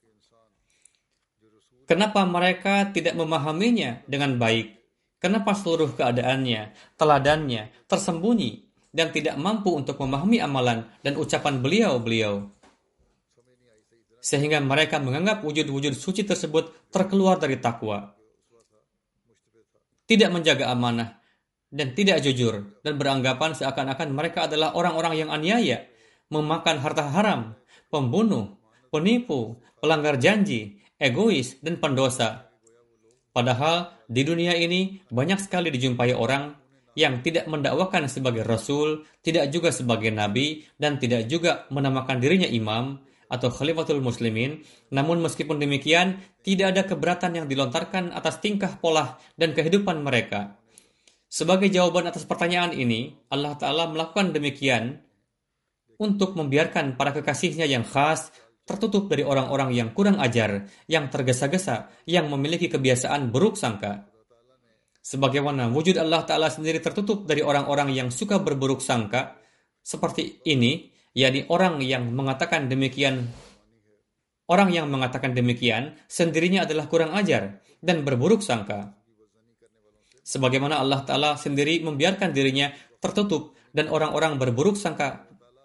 Kenapa mereka tidak memahaminya dengan baik? Kenapa seluruh keadaannya, teladannya, tersembunyi dan tidak mampu untuk memahami amalan dan ucapan beliau-beliau? Sehingga mereka menganggap wujud-wujud suci tersebut terkeluar dari takwa, tidak menjaga amanah, dan tidak jujur, dan beranggapan seakan-akan mereka adalah orang-orang yang aniaya, memakan harta haram, pembunuh, penipu, pelanggar janji, egois, dan pendosa. Padahal di dunia ini banyak sekali dijumpai orang yang tidak mendakwakan sebagai rasul, tidak juga sebagai nabi, dan tidak juga menamakan dirinya imam atau khalifatul muslimin. Namun meskipun demikian, tidak ada keberatan yang dilontarkan atas tingkah pola dan kehidupan mereka. Sebagai jawaban atas pertanyaan ini, Allah Ta'ala melakukan demikian untuk membiarkan para kekasihnya yang khas tertutup dari orang-orang yang kurang ajar, yang tergesa-gesa, yang memiliki kebiasaan buruk sangka. Sebagaimana wujud Allah Ta'ala sendiri tertutup dari orang-orang yang suka berburuk sangka, seperti ini, yakni orang yang mengatakan demikian sendirinya adalah kurang ajar dan berburuk sangka. Sebagaimana Allah Ta'ala sendiri membiarkan dirinya tertutup dan orang-orang berburuk sangka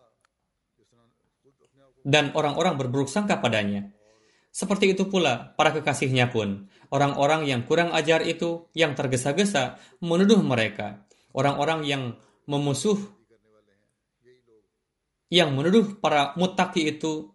padanya. Seperti itu pula para kekasihnya pun, orang-orang yang kurang ajar itu yang tergesa-gesa menuduh mereka, orang-orang yang menuduh para muttaqi itu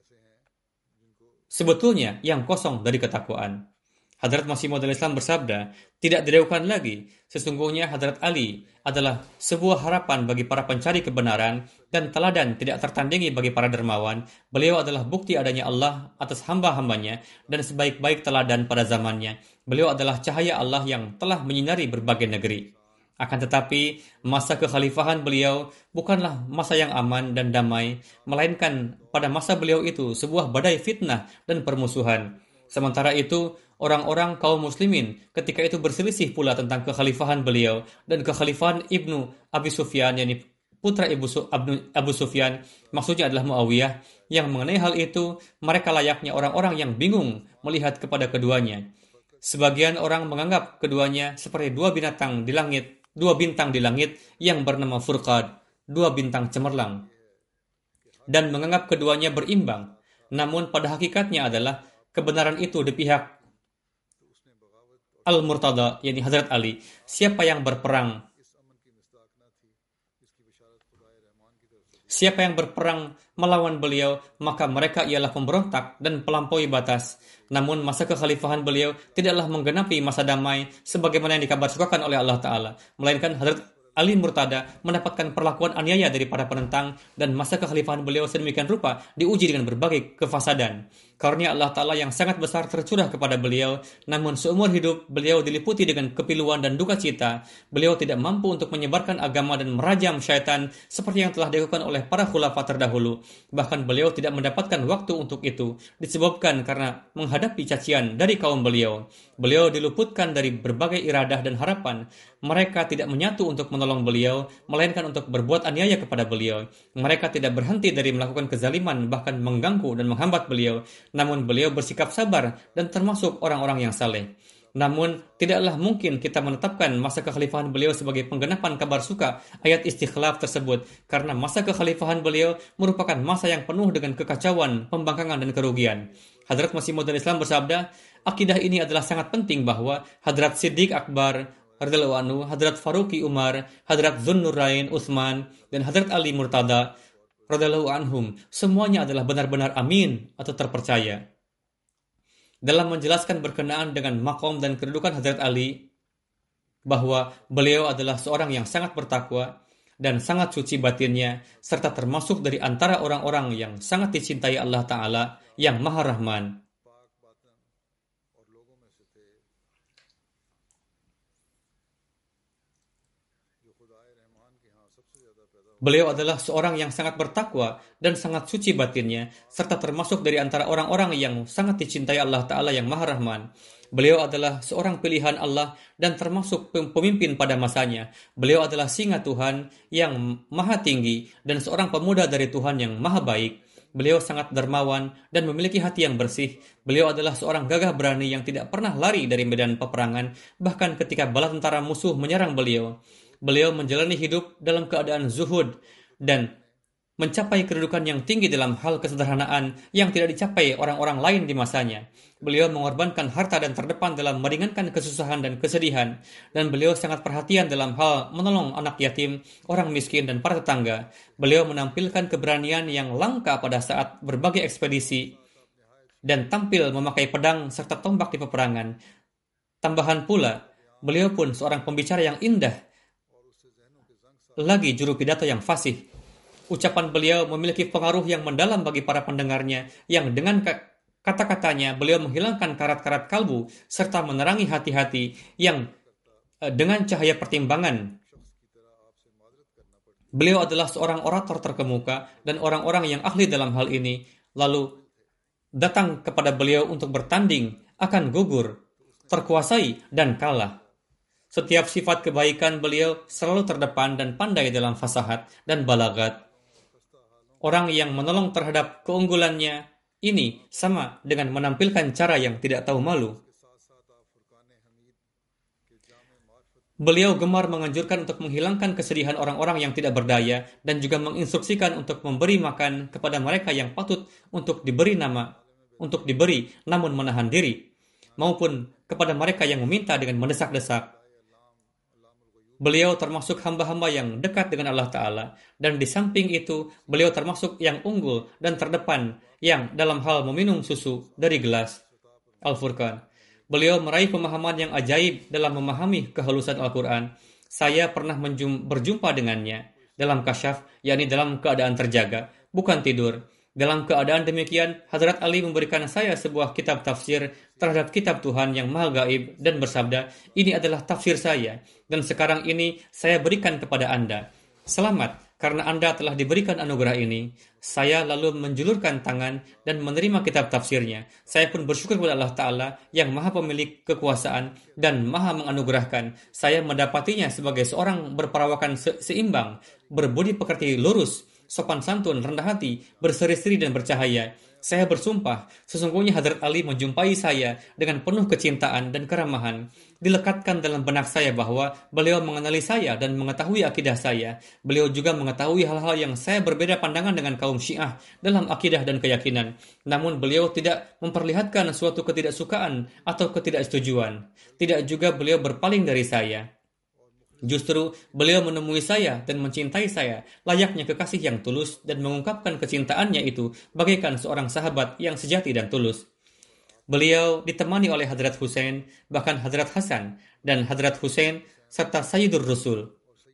sebetulnya yang kosong dari ketakwaan. Hadrat Masih Maud Islam bersabda, tidak diragukan lagi, sesungguhnya Hadrat Ali adalah sebuah harapan bagi para pencari kebenaran dan teladan tidak tertandingi bagi para dermawan. Beliau adalah bukti adanya Allah atas hamba-hambanya dan sebaik-baik teladan pada zamannya. Beliau adalah cahaya Allah yang telah menyinari berbagai negeri. Akan tetapi, masa kekhalifahan beliau bukanlah masa yang aman dan damai, melainkan pada masa beliau itu sebuah badai fitnah dan permusuhan. Sementara itu, orang-orang kaum muslimin ketika itu berselisih pula tentang kekhalifahan beliau dan kekhalifahan Ibnu Abi Sufyan, yakni putra Abu Sufyan, maksudnya adalah Muawiyah. Yang mengenai hal itu, mereka layaknya orang-orang yang bingung melihat kepada keduanya. Sebagian orang menganggap keduanya seperti dua bintang di langit yang bernama Furqad, dua bintang cemerlang, dan menganggap keduanya berimbang. Namun pada hakikatnya adalah kebenaran itu di pihak Al-Murtada, yakni Hazrat Ali. Siapa yang berperang melawan beliau, maka mereka ialah pemberontak dan pelampaui batas. Namun masa kekhalifahan beliau tidaklah menggenapi masa damai sebagaimana yang dikabarsukakan oleh Allah Ta'ala, melainkan Hazrat Ali Murtada mendapatkan perlakuan aniaya dari para penentang, dan masa kekhalifahan beliau sedemikian rupa diuji dengan berbagai kefasadan. Karunia Allah Ta'ala yang sangat besar tercurah kepada beliau, namun seumur hidup beliau diliputi dengan kepiluan dan duka cita. Beliau tidak mampu untuk menyebarkan agama dan merajam syaitan seperti yang telah dilakukan oleh para khulafa terdahulu. Bahkan beliau tidak mendapatkan waktu untuk itu, disebabkan karena menghadapi cacian dari kaum beliau. Beliau diluputkan dari berbagai iradah dan harapan. Mereka tidak menyatu untuk menolong beliau, melainkan untuk berbuat aniaya kepada beliau. Mereka tidak berhenti dari melakukan kezaliman, bahkan mengganggu dan menghambat beliau. Namun beliau bersikap sabar dan termasuk orang-orang yang saleh. Namun tidaklah mungkin kita menetapkan masa kekhalifahan beliau sebagai penggenapan kabar suka ayat istikhlaf tersebut, karena masa kekhalifahan beliau merupakan masa yang penuh dengan kekacauan, pembangkangan, dan kerugian. Hadrat Masih Maud Islam bersabda, akidah ini adalah sangat penting bahwa Hadrat Siddiq Akbar radhiyallahu anhu, Hadrat Faruqi Umar, Hadrat Zunnurain Utsman, dan Hadrat Ali Murtada radhiyallahu anhum semuanya adalah benar-benar amin atau terpercaya. Dalam menjelaskan berkenaan dengan maqam dan kedudukan Hadrat Ali, bahwa beliau adalah seorang yang sangat bertakwa dan sangat suci batinnya, serta termasuk dari antara orang-orang yang sangat dicintai Allah Ta'ala yang Maha Rahman. Beliau adalah seorang yang sangat bertakwa dan sangat suci batinnya, serta termasuk dari antara orang-orang yang sangat dicintai Allah Ta'ala yang Maha Rahman. Beliau adalah seorang pilihan Allah dan termasuk pemimpin pada masanya. Beliau adalah singa Tuhan yang maha tinggi dan seorang pemuda dari Tuhan yang maha baik. Beliau sangat dermawan dan memiliki hati yang bersih. Beliau adalah seorang gagah berani yang tidak pernah lari dari medan peperangan, bahkan ketika bala tentara musuh menyerang beliau. Beliau menjalani hidup dalam keadaan zuhud dan mencapai kedudukan yang tinggi dalam hal kesederhanaan yang tidak dicapai orang-orang lain di masanya. Beliau mengorbankan harta dan terdepan dalam meringankan kesusahan dan kesedihan, dan beliau sangat perhatian dalam hal menolong anak yatim, orang miskin, dan para tetangga. Beliau menampilkan keberanian yang langka pada saat berbagai ekspedisi dan tampil memakai pedang serta tombak di peperangan. Tambahan pula, beliau pun seorang pembicara yang indah, lagi juru pidato yang fasih. Ucapan beliau memiliki pengaruh yang mendalam bagi para pendengarnya, yang dengan kata-katanya beliau menghilangkan karat-karat kalbu serta menerangi hati-hati yang dengan cahaya pertimbangan. Beliau adalah seorang orator terkemuka dan orang-orang yang ahli dalam hal ini lalu datang kepada beliau untuk bertanding akan gugur, terkuasai, dan kalah. Setiap sifat kebaikan beliau selalu terdepan dan pandai dalam fasahat dan balagat. Orang yang menolong terhadap keunggulannya ini sama dengan menampilkan cara yang tidak tahu malu. Beliau gemar menganjurkan untuk menghilangkan kesedihan orang-orang yang tidak berdaya dan juga menginstruksikan untuk memberi makan kepada mereka yang patut untuk diberi namun menahan diri, maupun kepada mereka yang meminta dengan mendesak-desak. Beliau termasuk hamba-hamba yang dekat dengan Allah Ta'ala, dan di samping itu, beliau termasuk yang unggul dan terdepan yang dalam hal meminum susu dari gelas. Al-Furqan. Beliau meraih pemahaman yang ajaib dalam memahami kehalusan Al-Quran. Saya pernah berjumpa dengannya dalam kasyaf, yakni dalam keadaan terjaga, bukan tidur. Dalam keadaan demikian, Hadrat Ali memberikan saya sebuah kitab tafsir terhadap kitab Tuhan yang maha gaib dan bersabda, ini adalah tafsir saya, dan sekarang ini saya berikan kepada Anda. Selamat, karena Anda telah diberikan anugerah ini. Saya lalu menjulurkan tangan dan menerima kitab tafsirnya. Saya pun bersyukur kepada Allah Ta'ala yang maha pemilik kekuasaan dan maha menganugerahkan. Saya mendapatinya sebagai seorang berperawakan seimbang, berbudi pekerti lurus, sopan santun, rendah hati, berseri-seri dan bercahaya. Saya bersumpah, sesungguhnya Hadrat Ali menjumpai saya dengan penuh kecintaan dan keramahan. Dilekatkan dalam benak saya bahwa beliau mengenali saya dan mengetahui akidah saya. Beliau juga mengetahui hal-hal yang saya berbeda pandangan dengan kaum Syiah dalam akidah dan keyakinan. Namun beliau tidak memperlihatkan suatu ketidaksukaan atau ketidaksetujuan. Tidak juga beliau berpaling dari saya. Justru beliau menemui saya dan mencintai saya, layaknya kekasih yang tulus, dan mengungkapkan kecintaannya itu bagaikan seorang sahabat yang sejati dan tulus. Beliau ditemani oleh Hadrat Hussein, bahkan Hadrat Hasan dan Hadrat Hussein, serta Sayyidur Rasul,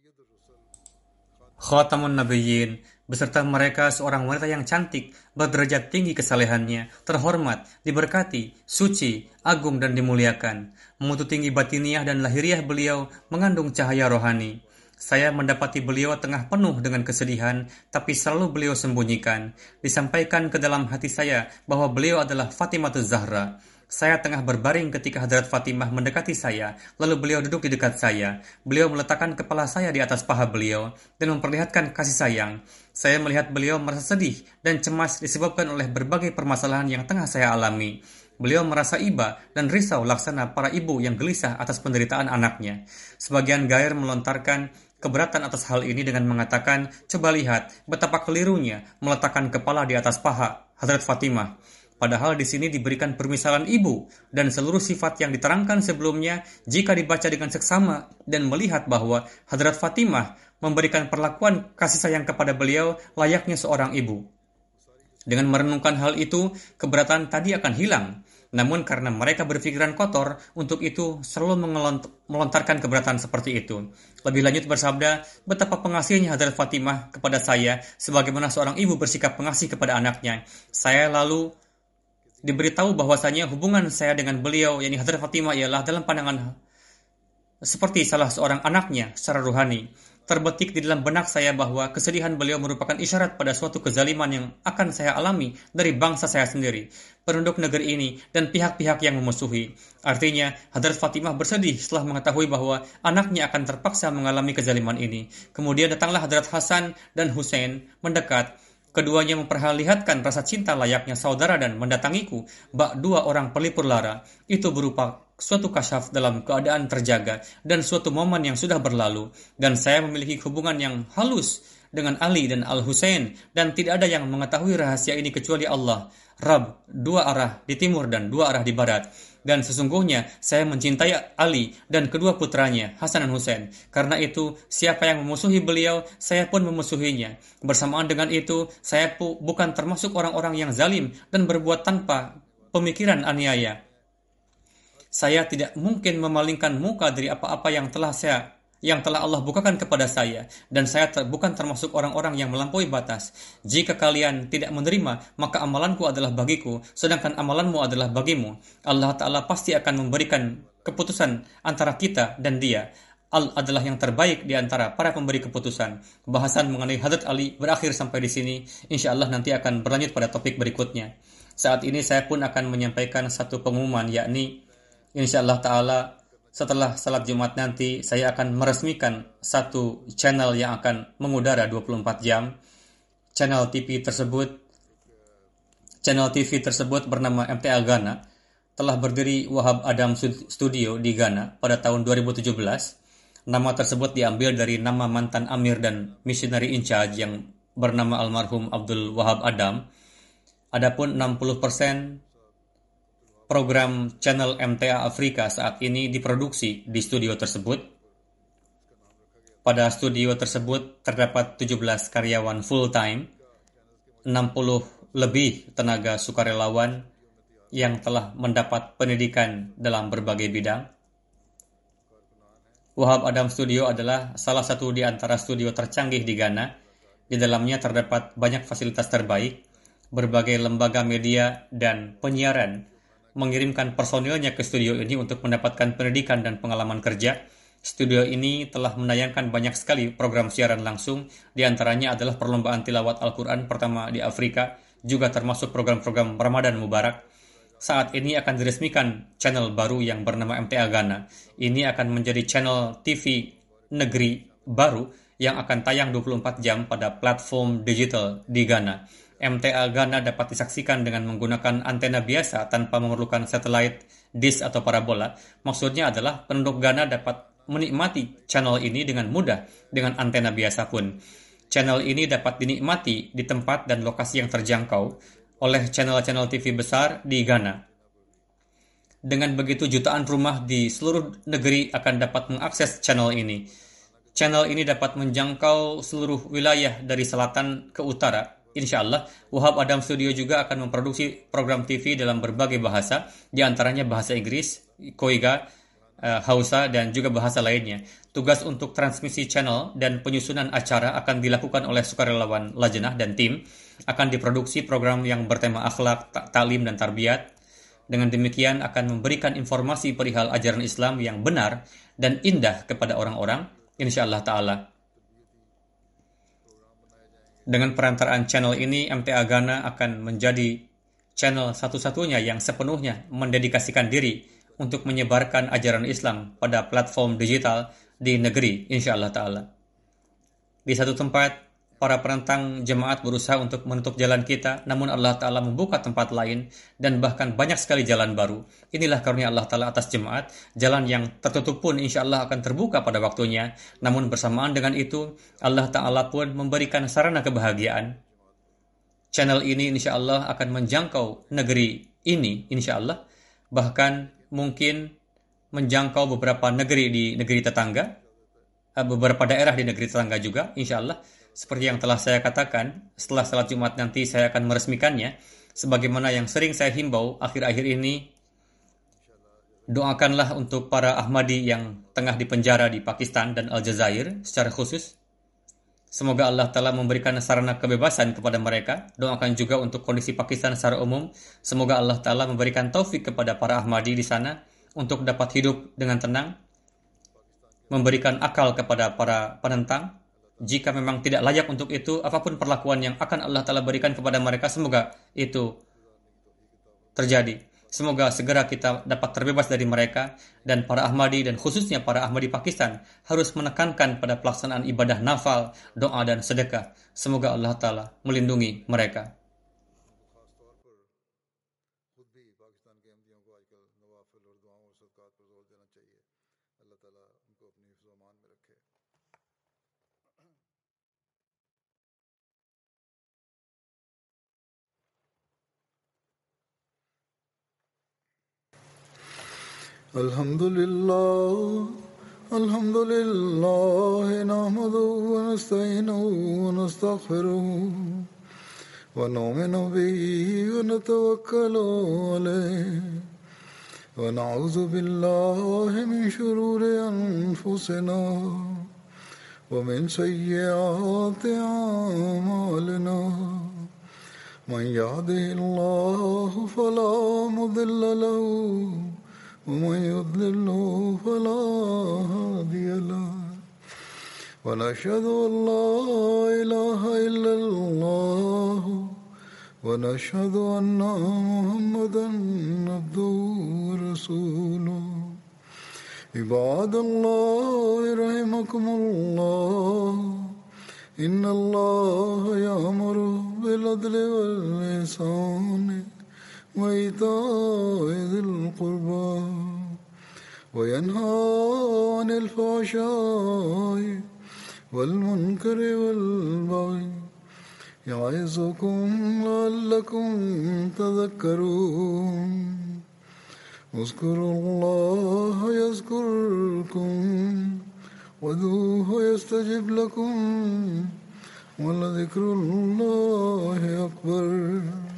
Khatamun Nabiyyin, beserta mereka seorang wanita yang cantik, berderajat tinggi kesalehannya, terhormat, diberkati, suci, agung dan dimuliakan. Mutu tinggi batiniah dan lahiriah beliau mengandung cahaya rohani. Saya mendapati beliau tengah penuh dengan kesedihan, tapi selalu beliau sembunyikan. Disampaikan ke dalam hati saya bahwa beliau adalah Fatimatuz Zahra. Saya tengah berbaring ketika Hadrat Fatimah mendekati saya, lalu beliau duduk di dekat saya. Beliau meletakkan kepala saya di atas paha beliau dan memperlihatkan kasih sayang. Saya melihat beliau merasa sedih dan cemas disebabkan oleh berbagai permasalahan yang tengah saya alami. Beliau merasa iba dan risau laksana para ibu yang gelisah atas penderitaan anaknya. Sebagian gair melontarkan keberatan atas hal ini dengan mengatakan, coba lihat betapa kelirunya meletakkan kepala di atas paha Hadrat Fatimah. Padahal di sini diberikan permisalan ibu dan seluruh sifat yang diterangkan sebelumnya jika dibaca dengan seksama dan melihat bahwa Hadrat Fatimah memberikan perlakuan kasih sayang kepada beliau layaknya seorang ibu. Dengan merenungkan hal itu, keberatan tadi akan hilang. Namun karena mereka berpikiran kotor, untuk itu selalu melontarkan keberatan seperti itu. Lebih lanjut bersabda, betapa pengasihnya Hadrat Fatimah kepada saya, sebagaimana seorang ibu bersikap pengasih kepada anaknya. Saya lalu diberitahu bahwasanya hubungan saya dengan beliau, yakni Hadrat Fatimah, ialah dalam pandangan seperti salah seorang anaknya secara ruhani. terbetik di dalam benak saya bahwa kesedihan beliau merupakan isyarat pada suatu kezaliman yang akan saya alami dari bangsa saya sendiri, penduduk negeri ini, dan pihak-pihak yang memusuhi. Artinya, Hadrat Fatimah bersedih setelah mengetahui bahwa anaknya akan terpaksa mengalami kezaliman ini. Kemudian datanglah Hadrat Hasan dan Hussein mendekat. Keduanya memperlihatkan rasa cinta layaknya saudara dan mendatangiku, bak dua orang pelipur lara. Itu berupa suatu kasyaf dalam keadaan terjaga dan suatu momen yang sudah berlalu. Dan saya memiliki hubungan yang halus dengan Ali dan Al-Husain, dan tidak ada yang mengetahui rahasia ini kecuali Allah, Rabb, dua arah di timur dan dua arah di barat. Dan sesungguhnya saya mencintai Ali dan kedua putranya, Hasan dan Husain. Karena itu, siapa yang memusuhi beliau, saya pun memusuhinya. Bersamaan dengan itu, saya bukan termasuk orang-orang yang zalim dan berbuat tanpa pemikiran aniaya. Saya tidak mungkin memalingkan muka dari apa-apa yang telah Allah bukakan kepada saya, dan saya bukan termasuk orang-orang yang melampaui batas. Jika kalian tidak menerima, maka amalanku adalah bagiku, sedangkan amalanmu adalah bagimu. Allah Ta'ala pasti akan memberikan keputusan antara kita dan Dia. Adalah yang terbaik di antara para pemberi keputusan. Bahasan mengenai Hadrat Ali berakhir sampai di sini. Insya Allah nanti akan berlanjut pada topik berikutnya. Saat ini saya pun akan menyampaikan satu pengumuman, yakni insya Allah Ta'ala setelah salat Jumat nanti saya akan meresmikan satu channel yang akan mengudara 24 jam. Channel TV tersebut bernama MTA Ghana, telah berdiri Wahab Adam Studio di Ghana pada tahun 2017. Nama tersebut diambil dari nama mantan Amir dan Missionary in Charge yang bernama almarhum Abdul Wahab Adam. Adapun 60% program channel MTA Afrika saat ini diproduksi di studio tersebut. Pada studio tersebut terdapat 17 karyawan full-time, 60 lebih tenaga sukarelawan yang telah mendapat pendidikan dalam berbagai bidang. Wahab Adam Studio adalah salah satu di antara studio tercanggih di Ghana. Di dalamnya terdapat banyak fasilitas terbaik, berbagai lembaga media dan penyiaran mengirimkan personilnya ke studio ini untuk mendapatkan pendidikan dan pengalaman kerja. Studio ini telah menayangkan banyak sekali program siaran langsung, di antaranya adalah perlombaan tilawat Al-Quran pertama di Afrika, juga termasuk program-program Ramadan Mubarak. Saat ini akan diresmikan channel baru yang bernama MTA Ghana. Ini akan menjadi channel TV negeri baru yang akan tayang 24 jam pada platform digital di Ghana. MTA Ghana dapat disaksikan dengan menggunakan antena biasa tanpa memerlukan satelit, dish atau parabola. Maksudnya adalah penduduk Ghana dapat menikmati channel ini dengan mudah dengan antena biasa pun. Channel ini dapat dinikmati di tempat dan lokasi yang terjangkau oleh channel-channel TV besar di Ghana. Dengan begitu, jutaan rumah di seluruh negeri akan dapat mengakses channel ini. Channel ini dapat menjangkau seluruh wilayah dari selatan ke utara. Insya Allah, Wahab Adam Studio juga akan memproduksi program TV dalam berbagai bahasa, di antaranya bahasa Inggris, Khoiga, Hausa, dan juga bahasa lainnya. Tugas untuk transmisi channel dan penyusunan acara akan dilakukan oleh sukarelawan Lajnah dan tim. Akan diproduksi program yang bertema akhlak, taklim, dan tarbiyat. Dengan demikian akan memberikan informasi perihal ajaran Islam yang benar dan indah kepada orang-orang, insya Allah Ta'ala. Dengan perantaraan channel ini, MTA Ghana akan menjadi channel satu-satunya yang sepenuhnya mendedikasikan diri untuk menyebarkan ajaran Islam pada platform digital di negeri, insya Allah Ta'ala. Di satu tempat, para penentang jemaat berusaha untuk menutup jalan kita, namun Allah Ta'ala membuka tempat lain dan bahkan banyak sekali jalan baru. Inilah karunia Allah Ta'ala atas jemaat. Jalan yang tertutup pun insya Allah akan terbuka pada waktunya. Namun bersamaan dengan itu, Allah Ta'ala pun memberikan sarana kebahagiaan. Channel ini insya Allah akan menjangkau negeri ini, insya Allah. Bahkan mungkin menjangkau beberapa negeri di negeri tetangga, beberapa daerah di negeri tetangga juga, insya Allah. Seperti yang telah saya katakan, setelah salat Jumat nanti saya akan meresmikannya. Sebagaimana yang sering saya himbau akhir-akhir ini, doakanlah untuk para Ahmadi yang tengah dipenjara di Pakistan dan Aljazair secara khusus. Semoga Allah Ta'ala memberikan sarana kebebasan kepada mereka. Doakan juga untuk kondisi Pakistan secara umum. Semoga Allah Ta'ala memberikan taufik kepada para Ahmadi di sana untuk dapat hidup dengan tenang. memberikan akal kepada para penentang. Jika memang tidak layak untuk itu, apapun perlakuan yang akan Allah Ta'ala berikan kepada mereka, semoga itu terjadi. Semoga segera kita dapat terbebas dari mereka, dan para Ahmadi dan khususnya para Ahmadi Pakistan harus menekankan pada pelaksanaan ibadah nafal, doa dan sedekah. Semoga Allah Ta'ala melindungi mereka. الحمد لله الحمد لله نحمده ونستعينه ونستغفره ونؤمن به ونتوكل عليه ونعوذ بالله من شرور أنفسنا ومن سيئات أعمالنا من يهده الله فلا مضل له ومن يضلله فلا هادي له ونشهد أن لا إله إلا الله ونشهد أن محمدا عبده ورسوله عباد الله رحمكم الله إن الله يأمر بالعدل والإحسان وإيتاء ذي القربى وينهى عن الفحشاء والمنكر والبغي يعظكم لعلكم تذكرون اذكروا الله يذكركم وادعوه يستجب لكم ولذكر الله أكبر